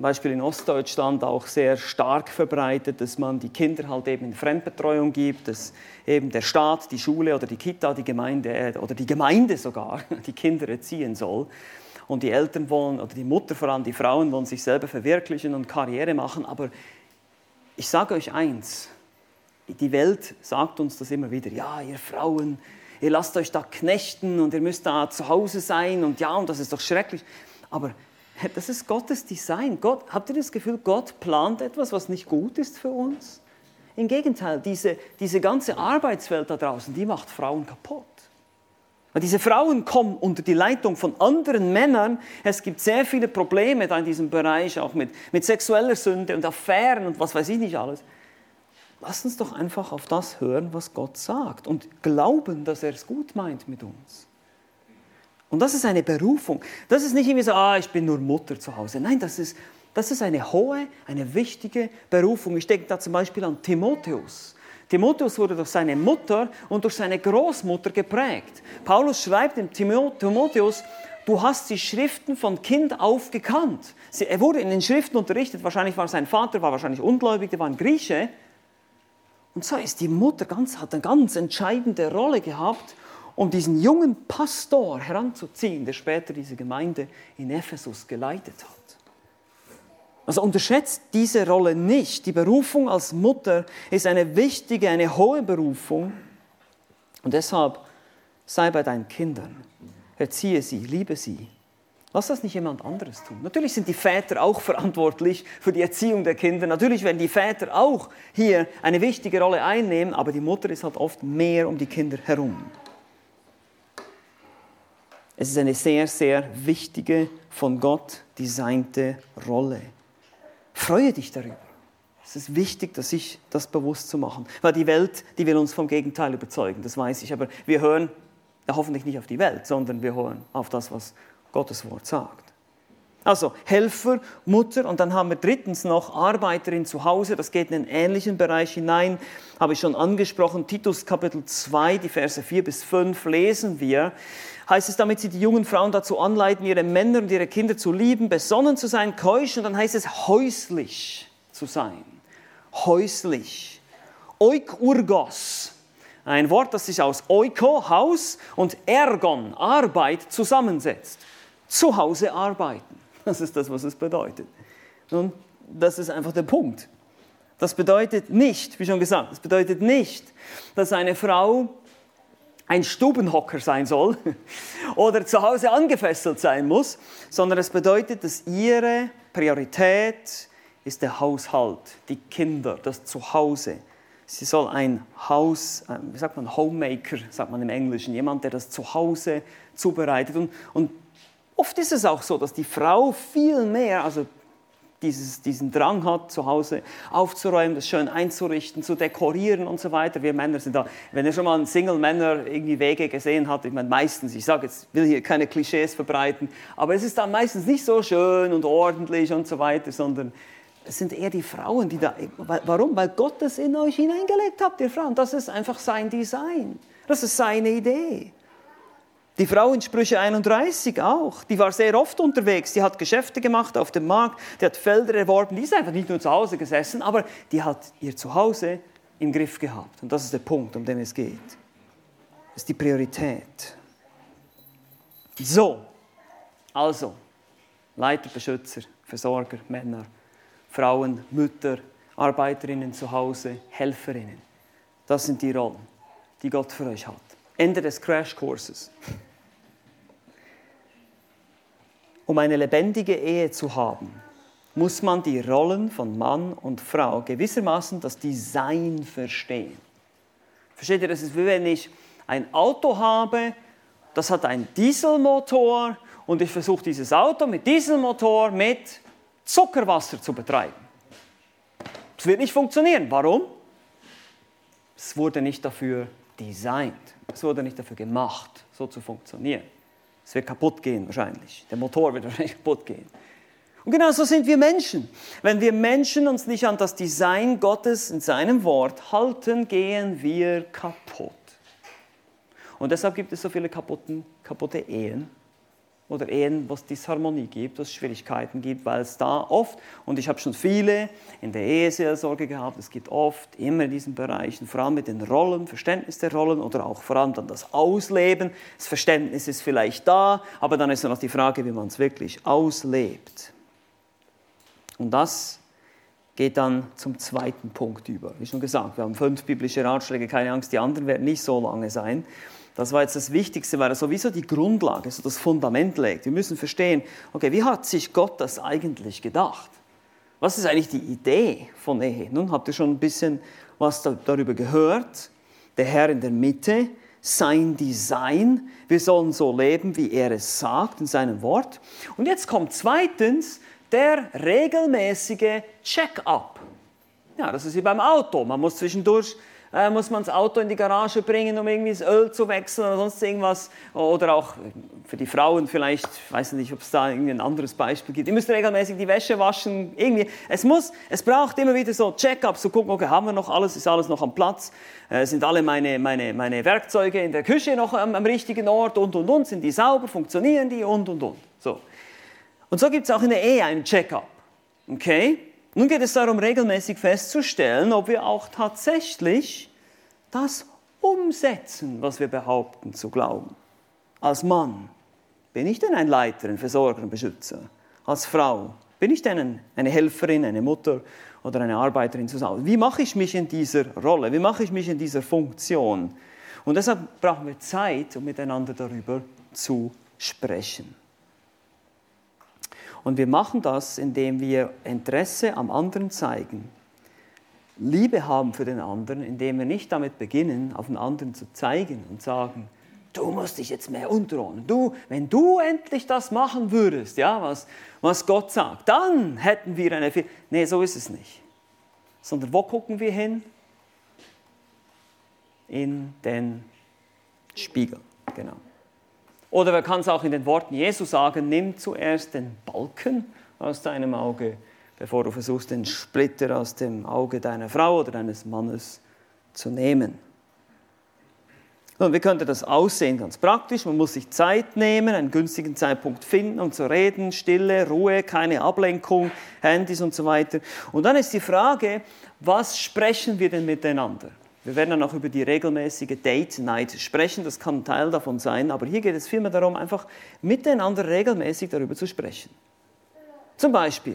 zum Beispiel in Ostdeutschland auch sehr stark verbreitet, dass man die Kinder halt eben in Fremdbetreuung gibt, dass eben der Staat, die Schule oder die Kita, die Gemeinde sogar, die Kinder erziehen soll. Und die Eltern wollen, oder die Mutter vor allem, die Frauen wollen sich selber verwirklichen und Karriere machen. Aber ich sage euch eins, die Welt sagt uns das immer wieder, ja, ihr Frauen, ihr lasst euch da knechten und ihr müsst da zu Hause sein und ja, und das ist doch schrecklich. Aber das ist Gottes Design. Habt ihr das Gefühl, Gott plant etwas, was nicht gut ist für uns? Im Gegenteil, diese ganze Arbeitswelt da draußen, die macht Frauen kaputt. Weil diese Frauen kommen unter die Leitung von anderen Männern. Es gibt sehr viele Probleme da in diesem Bereich, auch mit sexueller Sünde und Affären und was weiß ich nicht alles. Lasst uns doch einfach auf das hören, was Gott sagt und glauben, dass er es gut meint mit uns. Und das ist eine Berufung. Das ist nicht irgendwie so, ich bin nur Mutter zu Hause. Nein, das ist eine hohe, eine wichtige Berufung. Ich denke da zum Beispiel an Timotheus. Timotheus wurde durch seine Mutter und durch seine Großmutter geprägt. Paulus schreibt dem Timotheus, du hast die Schriften von Kind auf gekannt. Er wurde in den Schriften unterrichtet, wahrscheinlich war sein Vater wahrscheinlich ungläubig, der war ein Grieche. Und so ist die Mutter hat eine ganz entscheidende Rolle gehabt, um diesen jungen Pastor heranzuziehen, der später diese Gemeinde in Ephesus geleitet hat. Also unterschätzt diese Rolle nicht. Die Berufung als Mutter ist eine wichtige, eine hohe Berufung. Und deshalb sei bei deinen Kindern, erziehe sie, liebe sie. Lass das nicht jemand anderes tun. Natürlich sind die Väter auch verantwortlich für die Erziehung der Kinder. Natürlich werden die Väter auch hier eine wichtige Rolle einnehmen, aber die Mutter ist halt oft mehr um die Kinder herum. Es ist eine sehr, sehr wichtige, von Gott designte Rolle. Freue dich darüber. Es ist wichtig, sich das bewusst zu machen. Weil die Welt, die will uns vom Gegenteil überzeugen, das weiß ich. Aber wir hören hoffentlich nicht auf die Welt, sondern wir hören auf das, was Gottes Wort sagt. Also Helfer, Mutter und dann haben wir drittens noch Arbeiterin zu Hause. Das geht in einen ähnlichen Bereich hinein, habe ich schon angesprochen. Titus Kapitel 2, die Verse 4 bis 5 lesen wir. Heißt es, damit sie die jungen Frauen dazu anleiten, ihre Männer und ihre Kinder zu lieben, besonnen zu sein, keusch, und dann heißt es häuslich zu sein. Häuslich. Oikurgos. Ein Wort, das sich aus oiko, Haus, und ergon, Arbeit, zusammensetzt. Zu Hause arbeiten. Das ist das, was es bedeutet. Und das ist einfach der Punkt. Das bedeutet nicht, wie schon gesagt, das bedeutet nicht, dass eine Frau ein Stubenhocker sein soll oder zu Hause angefesselt sein muss, sondern es bedeutet, dass ihre Priorität ist der Haushalt, die Kinder, das Zuhause. Sie soll ein Homemaker, sagt man im Englischen, jemand, der das Zuhause zubereitet. Und oft ist es auch so, dass die Frau viel mehr, diesen Drang hat, zu Hause aufzuräumen, das schön einzurichten, zu dekorieren und so weiter. Wir Männer sind da, wenn ihr schon mal einen Single-Männer irgendwie Wege gesehen habt, ich meine meistens, ich sage jetzt, will hier keine Klischees verbreiten, aber es ist dann meistens nicht so schön und ordentlich und so weiter, sondern es sind eher die Frauen, die da, warum? Weil Gott das in euch hineingelegt hat, ihr Frauen. Das ist einfach sein Design, das ist seine Idee. Die Frau in Sprüche 31 auch, die war sehr oft unterwegs, die hat Geschäfte gemacht auf dem Markt, die hat Felder erworben, die ist einfach nicht nur zu Hause gesessen, aber die hat ihr Zuhause im Griff gehabt. Und das ist der Punkt, um den es geht. Das ist die Priorität. So, also, Leiter, Beschützer, Versorger, Männer, Frauen, Mütter, Arbeiterinnen zu Hause, Helferinnen. Das sind die Rollen, die Gott für euch hat. Ende des Crashkurses. Um eine lebendige Ehe zu haben, muss man die Rollen von Mann und Frau gewissermaßen das Design verstehen. Versteht ihr, das ist wie wenn ich ein Auto habe, das hat einen Dieselmotor und ich versuche dieses Auto mit Dieselmotor mit Zuckerwasser zu betreiben. Das wird nicht funktionieren. Warum? Es wurde nicht dafür designt. Es wurde nicht dafür gemacht, so zu funktionieren. Es wird kaputt gehen wahrscheinlich. Der Motor wird wahrscheinlich kaputt gehen. Und genau so sind wir Menschen. Wenn wir Menschen uns nicht an das Design Gottes in seinem Wort halten, gehen wir kaputt. Und deshalb gibt es so viele kaputte Ehen oder Ehen, wo es Disharmonie gibt, wo es Schwierigkeiten gibt, weil es da oft, und ich habe schon viele in der Eheseelsorge gehabt, es gibt oft immer in diesen Bereichen, vor allem mit den Rollen, Verständnis der Rollen oder auch vor allem dann das Ausleben. Das Verständnis ist vielleicht da, aber dann ist ja noch die Frage, wie man es wirklich auslebt. Und das geht dann zum zweiten Punkt über. Wie schon gesagt, wir haben 5 biblische Ratschläge, keine Angst, die anderen werden nicht so lange sein. Das war jetzt das Wichtigste, weil er sowieso die Grundlage, so das Fundament legt. Wir müssen verstehen, okay, wie hat sich Gott das eigentlich gedacht? Was ist eigentlich die Idee von Ehe? Nun habt ihr schon ein bisschen was darüber gehört. Der Herr in der Mitte, sein Design. Wir sollen so leben, wie er es sagt in seinem Wort. Und jetzt kommt zweitens der regelmäßige Check-up. Ja, das ist wie beim Auto. Man muss zwischendurch muss man das Auto in die Garage bringen, um irgendwie das Öl zu wechseln oder sonst irgendwas. Oder auch für die Frauen vielleicht, ich weiß nicht, ob es da irgendwie ein anderes Beispiel gibt. Ihr müsst regelmäßig die Wäsche waschen. Irgendwie. Es braucht immer wieder so Check-ups, zu gucken, okay, haben wir noch alles, ist alles noch am Platz? Sind alle meine Werkzeuge in der Küche noch am richtigen Ort und. Sind die sauber, funktionieren die und. So. Und so gibt es auch in der Ehe einen Check-up. Okay? Nun geht es darum, regelmäßig festzustellen, ob wir auch tatsächlich das umsetzen, was wir behaupten zu glauben. Als Mann, bin ich denn ein Leiter, ein Versorger, ein Beschützer? Als Frau, bin ich denn eine Helferin, eine Mutter oder eine Arbeiterin zu Hause? Wie mache ich mich in dieser Rolle? Wie mache ich mich in dieser Funktion? Und deshalb brauchen wir Zeit, um miteinander darüber zu sprechen. Und wir machen das, indem wir Interesse am anderen zeigen, Liebe haben für den anderen, indem wir nicht damit beginnen, auf den anderen zu zeigen und sagen, du musst dich jetzt mehr unterordnen. Wenn du endlich das machen würdest, ja, was Gott sagt, dann hätten wir eine... Nee, so ist es nicht. Sondern wo gucken wir hin? In den Spiegel, genau. Oder man kann es auch in den Worten Jesu sagen, nimm zuerst den Balken aus deinem Auge, bevor du versuchst, den Splitter aus dem Auge deiner Frau oder deines Mannes zu nehmen. Und wie könnte das aussehen? Ganz praktisch, man muss sich Zeit nehmen, einen günstigen Zeitpunkt finden, um zu reden, Stille, Ruhe, keine Ablenkung, Handys und so weiter. Und dann ist die Frage, was sprechen wir denn miteinander? Wir werden dann auch über die regelmäßige Date Night sprechen, das kann ein Teil davon sein, aber hier geht es vielmehr darum, einfach miteinander regelmäßig darüber zu sprechen. Zum Beispiel,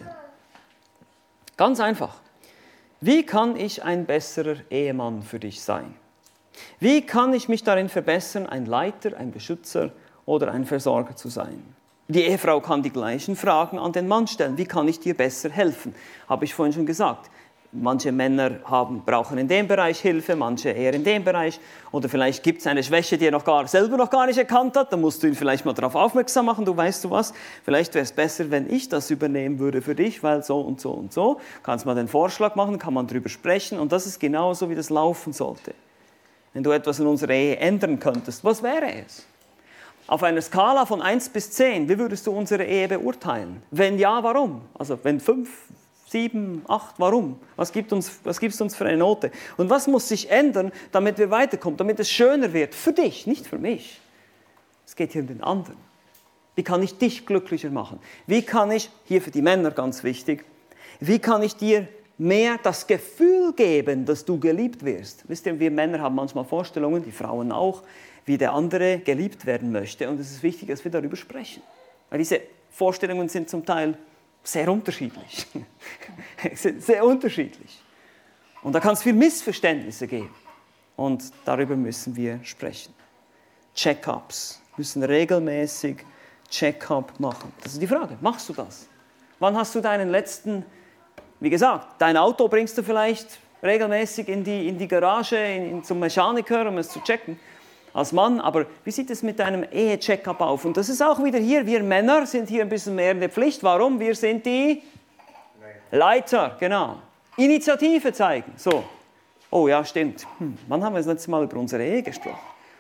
ganz einfach, wie kann ich ein besserer Ehemann für dich sein? Wie kann ich mich darin verbessern, ein Leiter, ein Beschützer oder ein Versorger zu sein? Die Ehefrau kann die gleichen Fragen an den Mann stellen. Wie kann ich dir besser helfen? Habe ich vorhin schon gesagt. Manche Männer brauchen in dem Bereich Hilfe, manche eher in dem Bereich. Oder vielleicht gibt es eine Schwäche, die er selber noch gar nicht erkannt hat. Dann musst du ihn vielleicht mal darauf aufmerksam machen. Du weißt du was, vielleicht wäre es besser, wenn ich das übernehmen würde für dich, weil so und so und so. Kannst mal den Vorschlag machen, kann man darüber sprechen. Und das ist genauso, wie das laufen sollte. Wenn du etwas in unserer Ehe ändern könntest, was wäre es? Auf einer Skala von 1 bis 10, wie würdest du unsere Ehe beurteilen? Wenn ja, warum? Also wenn 5, 7, 8, warum? Was gibst du uns für eine Note? Und was muss sich ändern, damit wir weiterkommen, damit es schöner wird? Für dich, nicht für mich. Es geht hier um den anderen. Wie kann ich dich glücklicher machen? Wie kann ich, hier für die Männer ganz wichtig, wie kann ich dir mehr das Gefühl geben, dass du geliebt wirst? Wisst ihr, wir Männer haben manchmal Vorstellungen, die Frauen auch, wie der andere geliebt werden möchte. Und es ist wichtig, dass wir darüber sprechen. Weil diese Vorstellungen sind zum Teil sehr unterschiedlich. Sehr unterschiedlich. Und da kann es viel Missverständnisse geben. Und darüber müssen wir sprechen. Check-ups. Wir müssen regelmäßig Check-up machen. Das ist die Frage. Machst du das? Wann hast du deinen letzten, wie gesagt, dein Auto bringst du vielleicht regelmäßig in die Garage, zum Mechaniker, um es zu checken. Als Mann, aber wie sieht es mit deinem Ehe-Check-up auf? Und das ist auch wieder hier, wir Männer sind hier ein bisschen mehr in der Pflicht. Warum? Wir sind die Leiter, genau. Initiative zeigen. So. Oh ja, stimmt. Wann haben wir das letzte Mal über unsere Ehe gesprochen?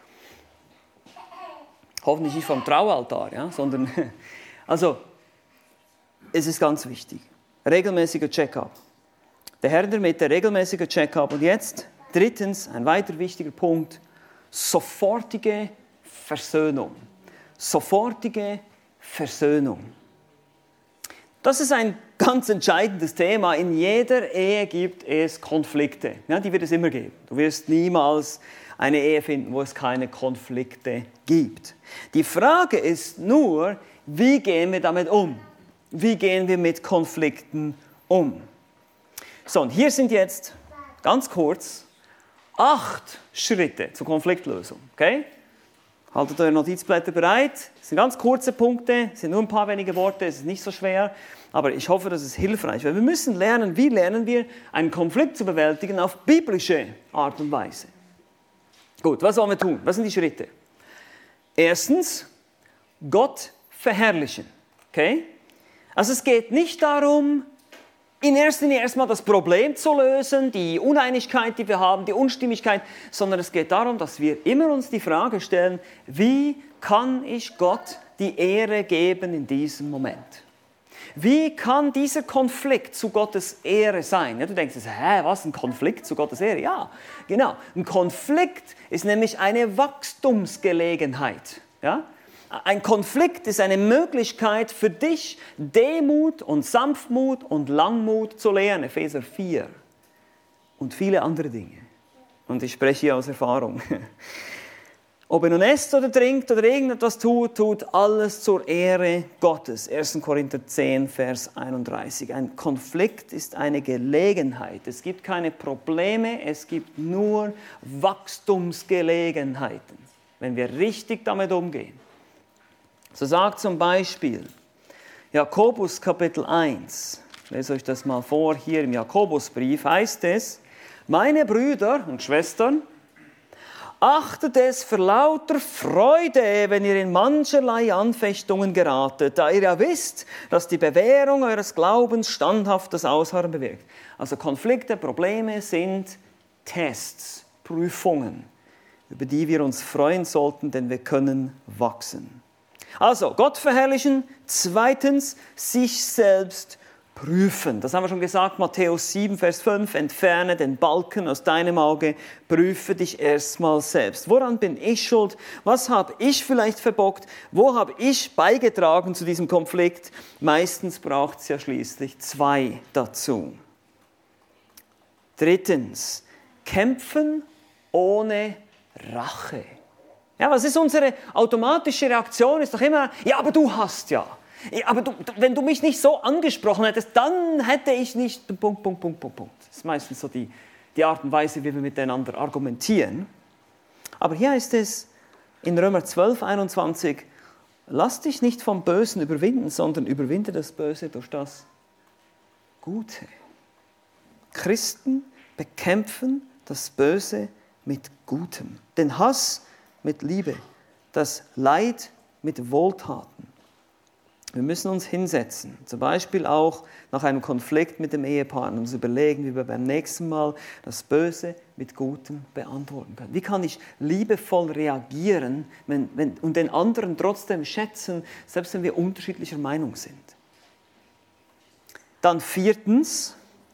Hoffentlich nicht vom Traualtar, ja, sondern, also, es ist ganz wichtig. Regelmäßiger Check-up. Der Herr in der Mitte, regelmäßiger Check-up. Und jetzt, drittens, ein weiter wichtiger Punkt, sofortige Versöhnung. Sofortige Versöhnung. Das ist ein ganz entscheidendes Thema. In jeder Ehe gibt es Konflikte. Ja, die wird es immer geben. Du wirst niemals eine Ehe finden, wo es keine Konflikte gibt. Die Frage ist nur, wie gehen wir damit um? Wie gehen wir mit Konflikten um? So, und hier sind jetzt ganz kurz 8 Schritte zur Konfliktlösung. Okay? Haltet eure Notizblätter bereit. Es sind ganz kurze Punkte, es sind nur ein paar wenige Worte, es ist nicht so schwer, aber ich hoffe, das ist hilfreich, weil wir müssen lernen, wie lernen wir, einen Konflikt zu bewältigen auf biblische Art und Weise. Gut, was wollen wir tun? Was sind die Schritte? Erstens, Gott verherrlichen. Okay? Also es geht nicht darum, in erster Linie erstmal das Problem zu lösen, die Uneinigkeit, die wir haben, die Unstimmigkeit, sondern es geht darum, dass wir immer uns die Frage stellen, wie kann ich Gott die Ehre geben in diesem Moment? Wie kann dieser Konflikt zu Gottes Ehre sein? Ja, du denkst, was, ein Konflikt zu Gottes Ehre? Ja, genau. Ein Konflikt ist nämlich eine Wachstumsgelegenheit. Ja? Ein Konflikt ist eine Möglichkeit für dich, Demut und Sanftmut und Langmut zu lernen. Epheser 4 und viele andere Dinge. Und ich spreche hier aus Erfahrung. Ob er nun esst oder trinkt oder irgendetwas tut, tut alles zur Ehre Gottes. 1. Korinther 10, Vers 31. Ein Konflikt ist eine Gelegenheit. Es gibt keine Probleme, es gibt nur Wachstumsgelegenheiten, wenn wir richtig damit umgehen. So sagt zum Beispiel Jakobus Kapitel 1, ich lese euch das mal vor, hier im Jakobusbrief heißt es, meine Brüder und Schwestern, achtet es für lauter Freude, wenn ihr in mancherlei Anfechtungen geratet, da ihr ja wisst, dass die Bewährung eures Glaubens standhaftes Ausharren bewirkt. Also Konflikte, Probleme sind Tests, Prüfungen, über die wir uns freuen sollten, denn wir können wachsen. Also, Gott verherrlichen, zweitens, sich selbst prüfen. Das haben wir schon gesagt, Matthäus 7, Vers 5, entferne den Balken aus deinem Auge, prüfe dich erstmal selbst. Woran bin ich schuld? Was habe ich vielleicht verbockt? Wo habe ich beigetragen zu diesem Konflikt? Meistens braucht es ja schließlich 2 dazu. Drittens, kämpfen ohne Rache. Ja, was ist unsere automatische Reaktion? Ist doch immer, ja, aber du hast ja. Ja, aber wenn du mich nicht so angesprochen hättest, dann hätte ich nicht... Punkt. Das ist meistens so die Art und Weise, wie wir miteinander argumentieren. Aber hier heißt es in Römer 12, 21, lass dich nicht vom Bösen überwinden, sondern überwinde das Böse durch das Gute. Christen bekämpfen das Böse mit Gutem. Den Hass mit Liebe, das Leid mit Wohltaten. Wir müssen uns hinsetzen, zum Beispiel auch nach einem Konflikt mit dem Ehepartner, uns überlegen, wie wir beim nächsten Mal das Böse mit Gutem beantworten können. Wie kann ich liebevoll reagieren und den anderen trotzdem schätzen, selbst wenn wir unterschiedlicher Meinung sind. Dann viertens,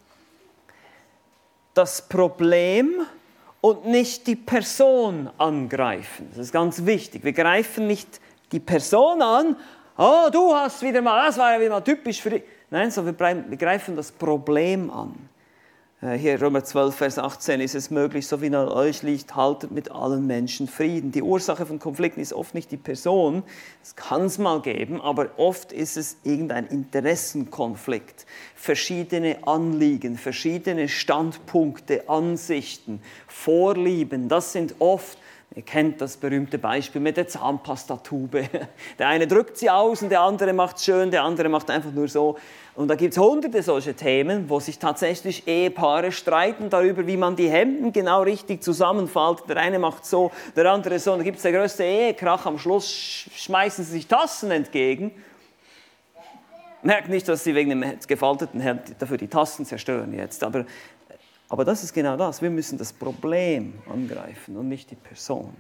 das Problem und nicht die Person angreifen. Das ist ganz wichtig. Wir greifen nicht die Person an, oh, du hast wieder mal, das war ja wieder mal typisch für dich. Nein, sondern wir greifen das Problem an. Hier Römer 12, Vers 18 ist es möglich, so wie in euch liegt, haltet mit allen Menschen Frieden. Die Ursache von Konflikten ist oft nicht die Person, das kann es mal geben, aber oft ist es irgendein Interessenkonflikt. Verschiedene Anliegen, verschiedene Standpunkte, Ansichten, Vorlieben, das sind oft, ihr kennt das berühmte Beispiel mit der Zahnpastatube. Der eine drückt sie aus und der andere macht es schön, der andere macht einfach nur so. Und da gibt es hunderte solche Themen, wo sich tatsächlich Ehepaare streiten darüber, wie man die Hemden genau richtig zusammenfaltet. Der eine macht so, der andere so. Und da gibt es der größte Ehekrach. Am Schluss schmeißen sie sich Tassen entgegen. Merkt nicht, dass sie wegen dem gefalteten Hemd dafür die Tassen zerstören jetzt. Aber das ist genau das. Wir müssen das Problem angreifen und nicht die Person.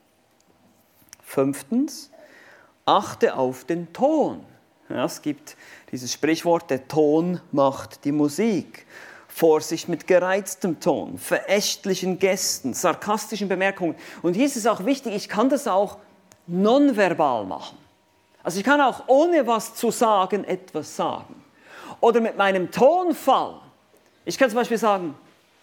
5. Achte auf den Ton. Ja, es gibt dieses Sprichwort, der Ton macht die Musik. Vorsicht mit gereiztem Ton, verächtlichen Gesten, sarkastischen Bemerkungen. Und hier ist es auch wichtig, ich kann das auch nonverbal machen. Also ich kann auch ohne was zu sagen etwas sagen. Oder mit meinem Tonfall. Ich kann zum Beispiel sagen,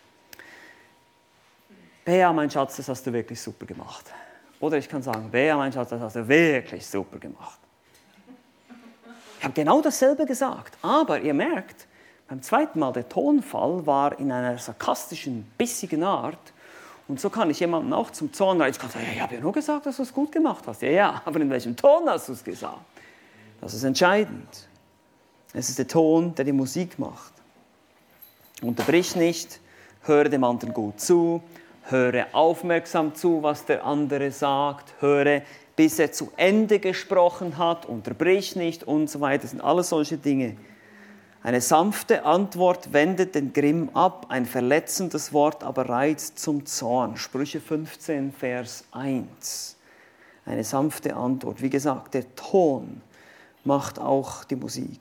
Bea, mein Schatz, das hast du wirklich super gemacht. Oder ich kann sagen, Bea, mein Schatz, das hast du wirklich super gemacht. Ich habe genau dasselbe gesagt, aber ihr merkt, beim zweiten Mal, der Tonfall war in einer sarkastischen, bissigen Art. Und so kann ich jemanden auch zum Zorn reizen. Ich kann sagen, ja, ich habe ja nur gesagt, dass du es gut gemacht hast. Ja, ja, aber in welchem Ton hast du es gesagt? Das ist entscheidend. Es ist der Ton, der die Musik macht. Unterbrich nicht, höre dem anderen gut zu, höre aufmerksam zu, was der andere sagt, höre, bis er zu Ende gesprochen hat, unterbrich nicht und so weiter. Das sind alles solche Dinge. Eine sanfte Antwort wendet den Grimm ab, ein verletzendes Wort aber reizt zum Zorn. Sprüche 15, Vers 1. Eine sanfte Antwort. Wie gesagt, der Ton macht auch die Musik.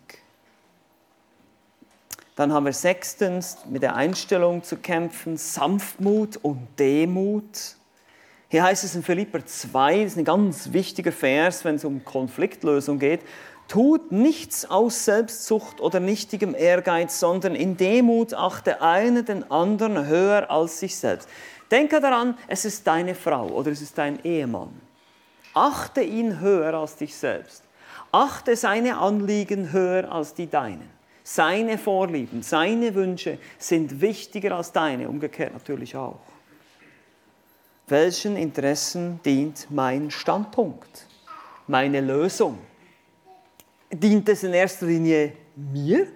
Dann haben wir sechstens mit der Einstellung zu kämpfen, Sanftmut und Demut. Hier heißt es in Philipper 2, das ist ein ganz wichtiger Vers, wenn es um Konfliktlösung geht, tut nichts aus Selbstsucht oder nichtigem Ehrgeiz, sondern in Demut achte einer den anderen höher als sich selbst. Denke daran, es ist deine Frau oder es ist dein Ehemann. Achte ihn höher als dich selbst. Achte seine Anliegen höher als die deinen. Seine Vorlieben, seine Wünsche sind wichtiger als deine, umgekehrt natürlich auch. Welchen Interessen dient mein Standpunkt, meine Lösung? Dient es in erster Linie mir?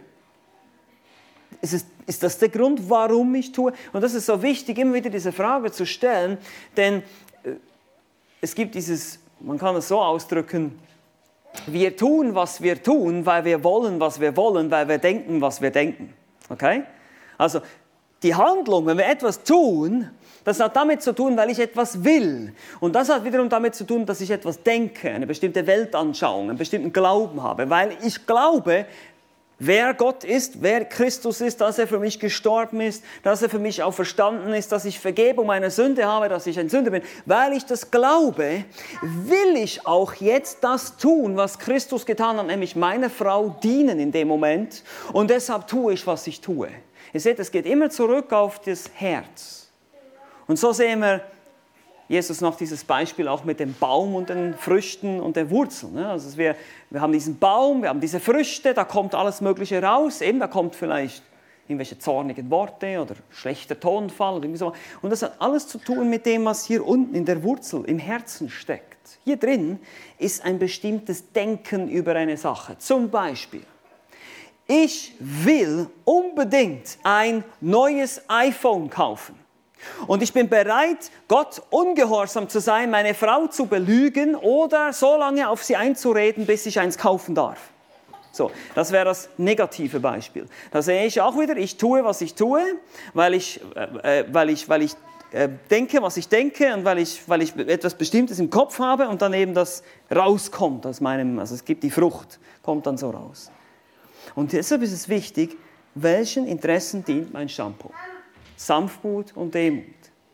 Ist das der Grund, warum ich tue? Und das ist so wichtig, immer wieder diese Frage zu stellen, denn es gibt dieses, man kann es so ausdrücken, wir tun, was wir tun, weil wir wollen, was wir wollen, weil wir denken, was wir denken. Okay? Also die Handlung, wenn wir etwas tun, das hat damit zu tun, weil ich etwas will. Und das hat wiederum damit zu tun, dass ich etwas denke, eine bestimmte Weltanschauung, einen bestimmten Glauben habe. Weil ich glaube, wer Gott ist, wer Christus ist, dass er für mich gestorben ist, dass er für mich auferstanden ist, dass ich Vergebung meiner Sünde habe, dass ich ein Sünder bin. Weil ich das glaube, will ich auch jetzt das tun, was Christus getan hat, nämlich meiner Frau dienen in dem Moment. Und deshalb tue ich, was ich tue. Ihr seht, es geht immer zurück auf das Herz. Und so sehen wir Jesus noch dieses Beispiel auch mit dem Baum und den Früchten und der Wurzeln. Also wir haben diesen Baum, wir haben diese Früchte, da kommt alles Mögliche raus. Eben, da kommt vielleicht irgendwelche zornigen Worte oder schlechter Tonfall oder irgendwie so. Und das hat alles zu tun mit dem, was hier unten in der Wurzel, im Herzen steckt. Hier drin ist ein bestimmtes Denken über eine Sache. Zum Beispiel, ich will unbedingt ein neues iPhone kaufen. Und ich bin bereit, Gott ungehorsam zu sein, meine Frau zu belügen oder so lange auf sie einzureden, bis ich eins kaufen darf. So, das wäre das negative Beispiel. Da sehe ich auch wieder, ich tue, was ich tue, weil ich denke, was ich denke und weil ich etwas Bestimmtes im Kopf habe und dann eben das rauskommt aus meinem, also es gibt die Frucht, kommt dann so raus. Und deshalb ist es wichtig, welchen Interessen dient mein Standpunkt? Sanftmut und Demut.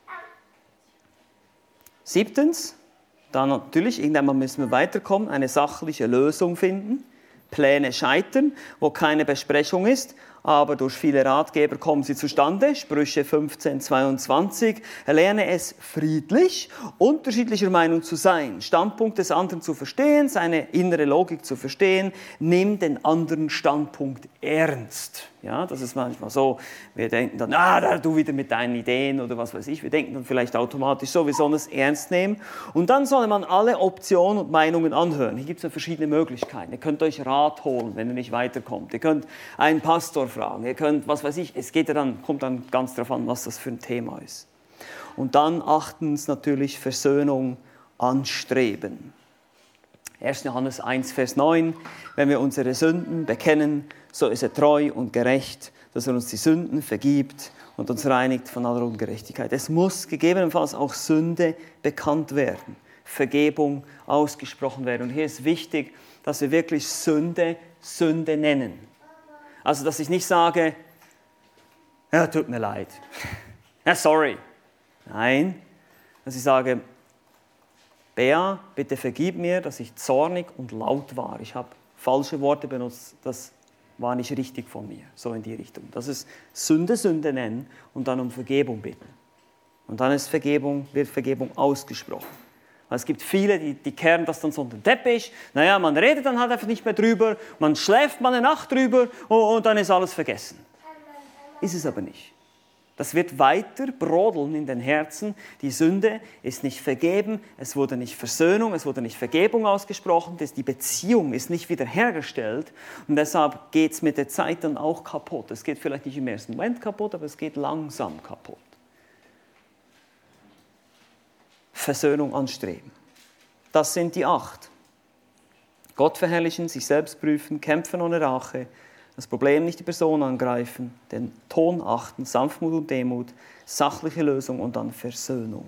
Siebtens, dann natürlich, irgendwann müssen wir weiterkommen, eine sachliche Lösung finden. Pläne scheitern, wo keine Besprechung ist, aber durch viele Ratgeber kommen sie zustande. Sprüche 15, 22. Lerne es friedlich, unterschiedlicher Meinung zu sein, Standpunkt des anderen zu verstehen, seine innere Logik zu verstehen. Nimm den anderen Standpunkt ernst. Ja, das ist manchmal so, wir denken dann, du wieder mit deinen Ideen oder was weiß ich. Wir denken dann vielleicht automatisch so, wir sollen es ernst nehmen. Und dann soll man alle Optionen und Meinungen anhören. Hier gibt es ja verschiedene Möglichkeiten. Ihr könnt euch Rat holen, wenn ihr nicht weiterkommt. Ihr könnt einen Pastor fragen. Ihr könnt, was weiß ich, es geht ja dann, kommt dann ganz darauf an, was das für ein Thema ist. Und dann achtens natürlich Versöhnung anstreben. 1. Johannes 1, Vers 9, wenn wir unsere Sünden bekennen, so ist er treu und gerecht, dass er uns die Sünden vergibt und uns reinigt von aller Ungerechtigkeit. Es muss gegebenenfalls auch Sünde bekannt werden, Vergebung ausgesprochen werden. Und hier ist wichtig, dass wir wirklich Sünde nennen. Also, dass ich nicht sage, ja, tut mir leid, ja, sorry. Nein, dass ich sage, Bea, bitte vergib mir, dass ich zornig und laut war. Ich habe falsche Worte benutzt, das war nicht richtig von mir, so in die Richtung. Das ist Sünde nennen und dann um Vergebung bitten. Und dann wird Vergebung ausgesprochen. Es gibt viele, die kehren das dann so unter den Teppich. Naja, man redet dann halt einfach nicht mehr drüber, man schläft mal eine Nacht drüber und dann ist alles vergessen. Ist es aber nicht. Das wird weiter brodeln in den Herzen. Die Sünde ist nicht vergeben, es wurde nicht Versöhnung, es wurde nicht Vergebung ausgesprochen, die Beziehung ist nicht wiederhergestellt und deshalb geht es mit der Zeit dann auch kaputt. Es geht vielleicht nicht im ersten Moment kaputt, aber es geht langsam kaputt. Versöhnung anstreben. Das sind die 8. Gott verherrlichen, sich selbst prüfen, kämpfen ohne Rache, das Problem nicht die Person angreifen, den Ton achten, Sanftmut und Demut, sachliche Lösung und dann Versöhnung.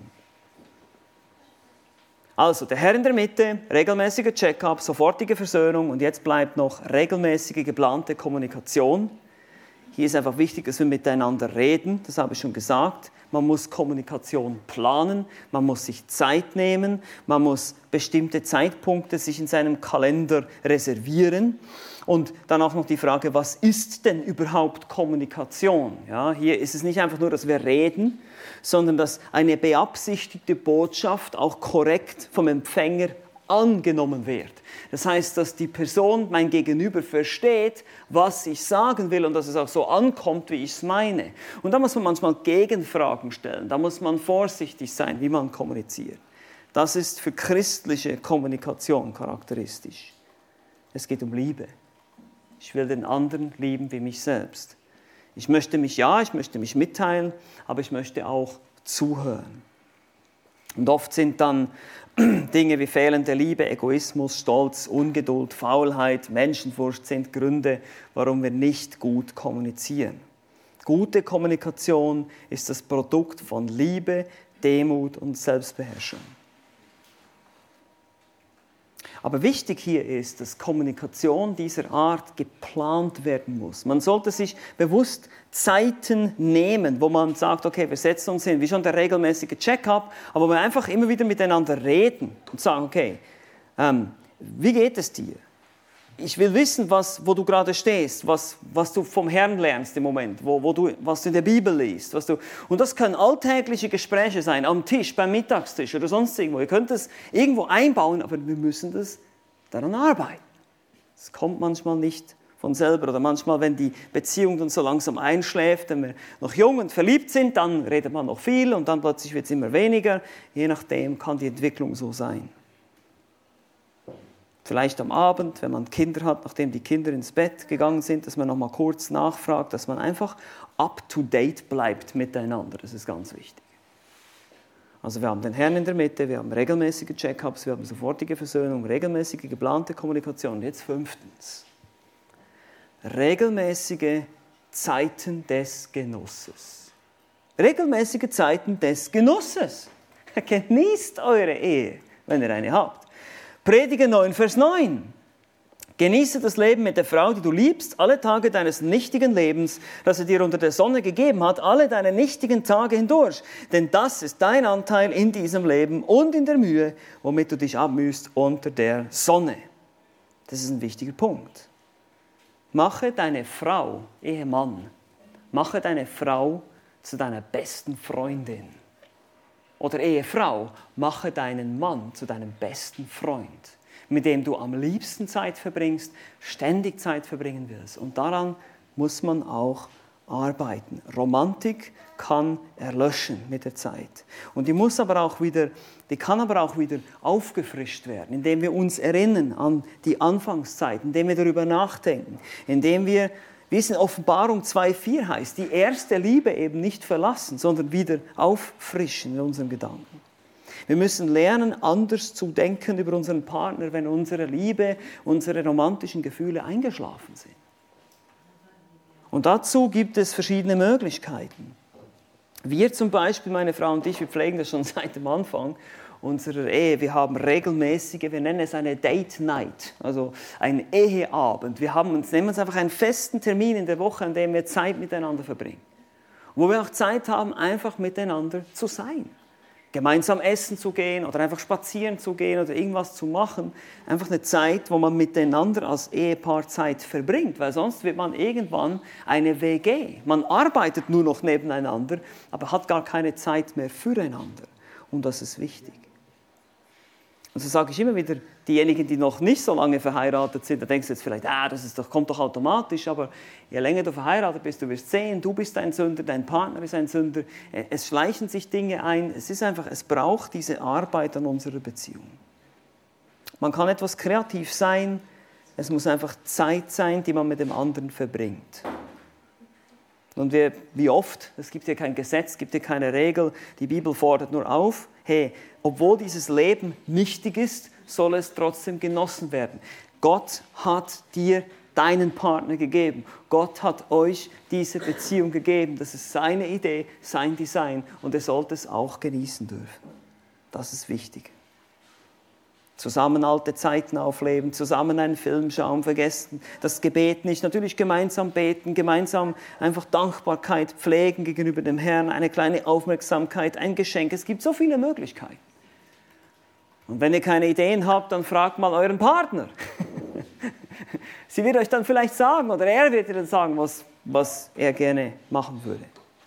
Also, der Herr in der Mitte, regelmäßiger Check-up, sofortige Versöhnung und jetzt bleibt noch regelmäßige geplante Kommunikation. Hier ist einfach wichtig, dass wir miteinander reden, das habe ich schon gesagt. Man muss Kommunikation planen, man muss sich Zeit nehmen, man muss bestimmte Zeitpunkte sich in seinem Kalender reservieren. Und dann auch noch die Frage, was ist denn überhaupt Kommunikation? Ja, hier ist es nicht einfach nur, dass wir reden, sondern dass eine beabsichtigte Botschaft auch korrekt vom Empfänger angenommen wird. Das heißt, dass die Person, mein Gegenüber, versteht, was ich sagen will und dass es auch so ankommt, wie ich es meine. Und da muss man manchmal Gegenfragen stellen, da muss man vorsichtig sein, wie man kommuniziert. Das ist für christliche Kommunikation charakteristisch. Es geht um Liebe. Ich will den anderen lieben wie mich selbst. Ich möchte mich mitteilen, aber ich möchte auch zuhören. Und oft sind dann Dinge wie fehlende Liebe, Egoismus, Stolz, Ungeduld, Faulheit, Menschenfurcht sind Gründe, warum wir nicht gut kommunizieren. Gute Kommunikation ist das Produkt von Liebe, Demut und Selbstbeherrschung. Aber wichtig hier ist, dass Kommunikation dieser Art geplant werden muss. Man sollte sich bewusst Zeiten nehmen, wo man sagt, okay, wir setzen uns hin, wie schon der regelmäßige Check-up, aber wir einfach immer wieder miteinander reden und sagen, okay, wie geht es dir? Ich will wissen, wo du gerade stehst, was du vom Herrn lernst im Moment, was du in der Bibel liest. Und das können alltägliche Gespräche sein, am Tisch, beim Mittagstisch oder sonst irgendwo. Ihr könnt es irgendwo einbauen, aber wir müssen daran arbeiten. Es kommt manchmal nicht von selber oder manchmal, wenn die Beziehung dann so langsam einschläft, wenn wir noch jung und verliebt sind, dann redet man noch viel und dann plötzlich wird es immer weniger. Je nachdem kann die Entwicklung so sein. Vielleicht am Abend, wenn man Kinder hat, nachdem die Kinder ins Bett gegangen sind, dass man noch mal kurz nachfragt, dass man einfach up-to-date bleibt miteinander. Das ist ganz wichtig. Also wir haben den Herrn in der Mitte, wir haben regelmäßige Check-ups, wir haben sofortige Versöhnung, regelmäßige geplante Kommunikation. Und jetzt 5. Regelmäßige Zeiten des Genusses. Regelmäßige Zeiten des Genusses. Genießt eure Ehe, wenn ihr eine habt. Prediger 9, Vers 9. Genieße das Leben mit der Frau, die du liebst, alle Tage deines nichtigen Lebens, das er dir unter der Sonne gegeben hat, alle deine nichtigen Tage hindurch. Denn das ist dein Anteil in diesem Leben und in der Mühe, womit du dich abmühst unter der Sonne. Das ist ein wichtiger Punkt. Mache deine Frau, Ehemann, mache deine Frau zu deiner besten Freundin. Oder Ehefrau, mache deinen Mann zu deinem besten Freund, mit dem du am liebsten Zeit verbringst, ständig Zeit verbringen willst. Und daran muss man auch arbeiten. Romantik kann erlöschen mit der Zeit. Und die kann aber auch wieder aufgefrischt werden, indem wir uns erinnern an die Anfangszeit, indem wir darüber nachdenken, indem wir, wie es in Offenbarung 2,4 heißt, die erste Liebe eben nicht verlassen, sondern wieder auffrischen in unseren Gedanken. Wir müssen lernen, anders zu denken über unseren Partner, wenn unsere Liebe, unsere romantischen Gefühle eingeschlafen sind. Und dazu gibt es verschiedene Möglichkeiten. Wir zum Beispiel, meine Frau und ich, wir pflegen das schon seit dem Anfang unserer Ehe. Wir haben regelmäßige, wir nennen es eine Date Night, also ein Eheabend. Wir nehmen uns einfach einen festen Termin in der Woche, an dem wir Zeit miteinander verbringen. Wo wir auch Zeit haben, einfach miteinander zu sein. gemeinsam essen zu gehen oder einfach spazieren zu gehen oder irgendwas zu machen. Einfach eine Zeit, wo man miteinander als Ehepaar Zeit verbringt, weil sonst wird man irgendwann eine WG. Man arbeitet nur noch nebeneinander, aber hat gar keine Zeit mehr füreinander. Und das ist wichtig. Und so sage ich immer wieder, diejenigen, die noch nicht so lange verheiratet sind, da denkst du jetzt vielleicht, kommt doch automatisch, aber je länger du verheiratet bist, du wirst sehen, du bist ein Sünder, dein Partner ist ein Sünder, es schleichen sich Dinge ein, es braucht diese Arbeit an unserer Beziehung. Man kann etwas kreativ sein, es muss einfach Zeit sein, die man mit dem anderen verbringt. Und wie oft, es gibt hier kein Gesetz, es gibt hier keine Regel, die Bibel fordert nur auf, hey, obwohl dieses Leben nichtig ist, soll es trotzdem genossen werden. Gott hat dir deinen Partner gegeben. Gott hat euch diese Beziehung gegeben. Das ist seine Idee, sein Design und ihr sollt es auch genießen dürfen. Das ist wichtig. Zusammen alte Zeiten aufleben, zusammen einen Film schauen, vergessen das Gebet nicht. Natürlich gemeinsam beten, gemeinsam einfach Dankbarkeit pflegen gegenüber dem Herrn, eine kleine Aufmerksamkeit, ein Geschenk. Es gibt so viele Möglichkeiten. Und wenn ihr keine Ideen habt, dann fragt mal euren Partner. Sie wird euch dann vielleicht sagen, oder er wird dir dann sagen, was er gerne machen würde.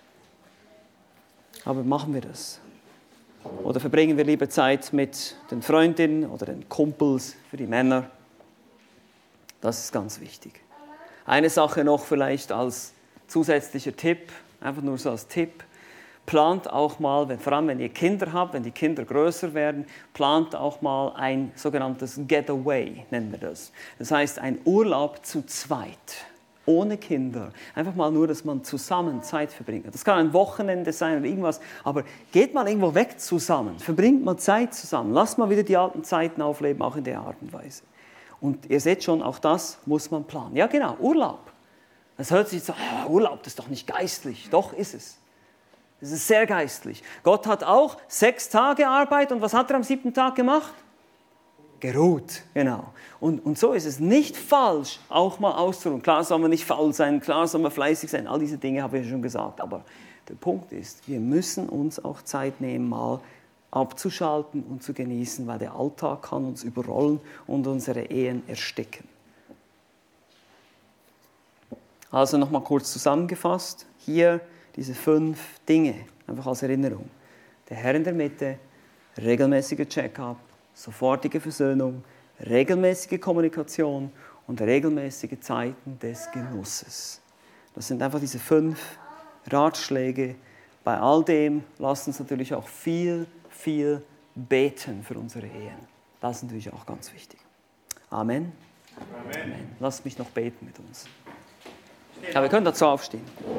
Aber machen wir das? Oder verbringen wir lieber Zeit mit den Freundinnen oder den Kumpels für die Männer? Das ist ganz wichtig. Eine Sache noch vielleicht als zusätzlicher Tipp, einfach nur so als Tipp. Plant auch mal, vor allem wenn ihr Kinder habt, wenn die Kinder größer werden, plant auch mal ein sogenanntes Getaway, nennen wir das. Das heißt, ein Urlaub zu zweit, ohne Kinder. Einfach mal nur, dass man zusammen Zeit verbringt. Das kann ein Wochenende sein oder irgendwas, aber geht mal irgendwo weg zusammen, verbringt mal Zeit zusammen, lasst mal wieder die alten Zeiten aufleben, auch in der Art und Weise. Und ihr seht schon, auch das muss man planen. Ja genau, Urlaub. Das hört sich so, Urlaub, das ist doch nicht geistlich. Doch ist es. Es ist sehr geistlich. Gott hat auch 6 Tage Arbeit und was hat er am 7. Tag gemacht? Geruht, genau. Und so ist es nicht falsch, auch mal auszuruhen. Klar soll man nicht faul sein, klar soll man fleißig sein, all diese Dinge habe ich ja schon gesagt. Aber der Punkt ist, wir müssen uns auch Zeit nehmen, mal abzuschalten und zu genießen, weil der Alltag kann uns überrollen und unsere Ehen ersticken. Also nochmal kurz zusammengefasst, hier diese 5 Dinge, einfach als Erinnerung. Der Herr in der Mitte, regelmäßiger Check-up, sofortige Versöhnung, regelmäßige Kommunikation und regelmäßige Zeiten des Genusses. Das sind einfach diese 5 Ratschläge. Bei all dem lasst uns natürlich auch viel beten für unsere Ehen. Das ist natürlich auch ganz wichtig. Amen. Amen. Lasst mich noch beten mit uns. Ja, wir können dazu aufstehen.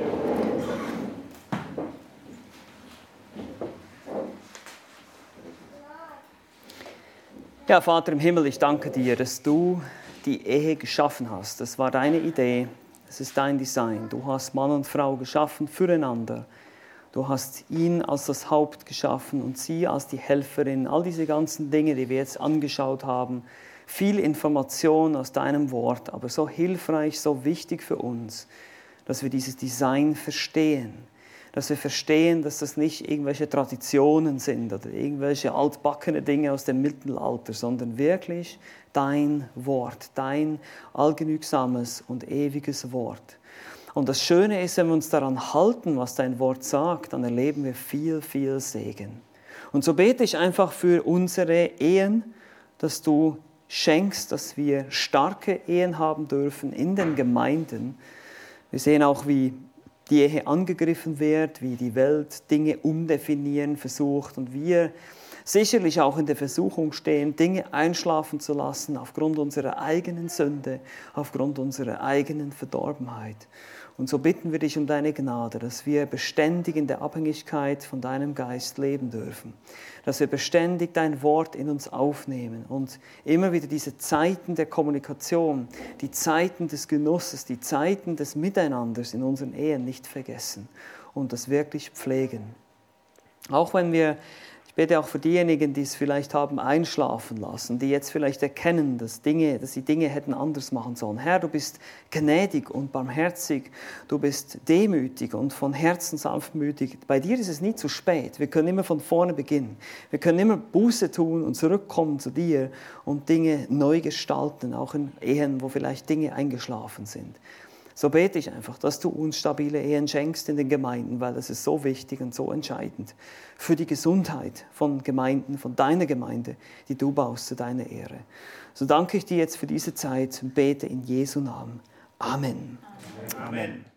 Ja, Vater im Himmel, ich danke dir, dass du die Ehe geschaffen hast. Das war deine Idee, es ist dein Design. Du hast Mann und Frau geschaffen füreinander. Du hast ihn als das Haupt geschaffen und sie als die Helferin. All diese ganzen Dinge, die wir jetzt angeschaut haben, viel Information aus deinem Wort, aber so hilfreich, so wichtig für uns, dass wir dieses Design verstehen. Dass wir verstehen, dass das nicht irgendwelche Traditionen sind oder irgendwelche altbackene Dinge aus dem Mittelalter, sondern wirklich dein Wort, dein allgenügsames und ewiges Wort. Und das Schöne ist, wenn wir uns daran halten, was dein Wort sagt, dann erleben wir viel Segen. Und so bete ich einfach für unsere Ehen, dass du schenkst, dass wir starke Ehen haben dürfen in den Gemeinden. Wir sehen auch, wie die Ehe angegriffen wird, wie die Welt Dinge umdefinieren versucht und wir sicherlich auch in der Versuchung stehen, Dinge einschlafen zu lassen aufgrund unserer eigenen Sünde, aufgrund unserer eigenen Verdorbenheit. Und so bitten wir dich um deine Gnade, dass wir beständig in der Abhängigkeit von deinem Geist leben dürfen, dass wir beständig dein Wort in uns aufnehmen und immer wieder diese Zeiten der Kommunikation, die Zeiten des Genusses, die Zeiten des Miteinanders in unseren Ehen nicht vergessen und das wirklich pflegen. Auch wenn ich Ich bete auch für diejenigen, die es vielleicht haben einschlafen lassen, die jetzt vielleicht erkennen, dass sie Dinge hätten anders machen sollen. Herr, du bist gnädig und barmherzig, du bist demütig und von Herzen sanftmütig. Bei dir ist es nie zu spät. Wir können immer von vorne beginnen. Wir können immer Buße tun und zurückkommen zu dir und Dinge neu gestalten, auch in Ehen, wo vielleicht Dinge eingeschlafen sind. So bete ich einfach, dass du uns stabile Ehen schenkst in den Gemeinden, weil das ist so wichtig und so entscheidend für die Gesundheit von Gemeinden, von deiner Gemeinde, die du baust zu deiner Ehre. So danke ich dir jetzt für diese Zeit und bete in Jesu Namen. Amen. Amen.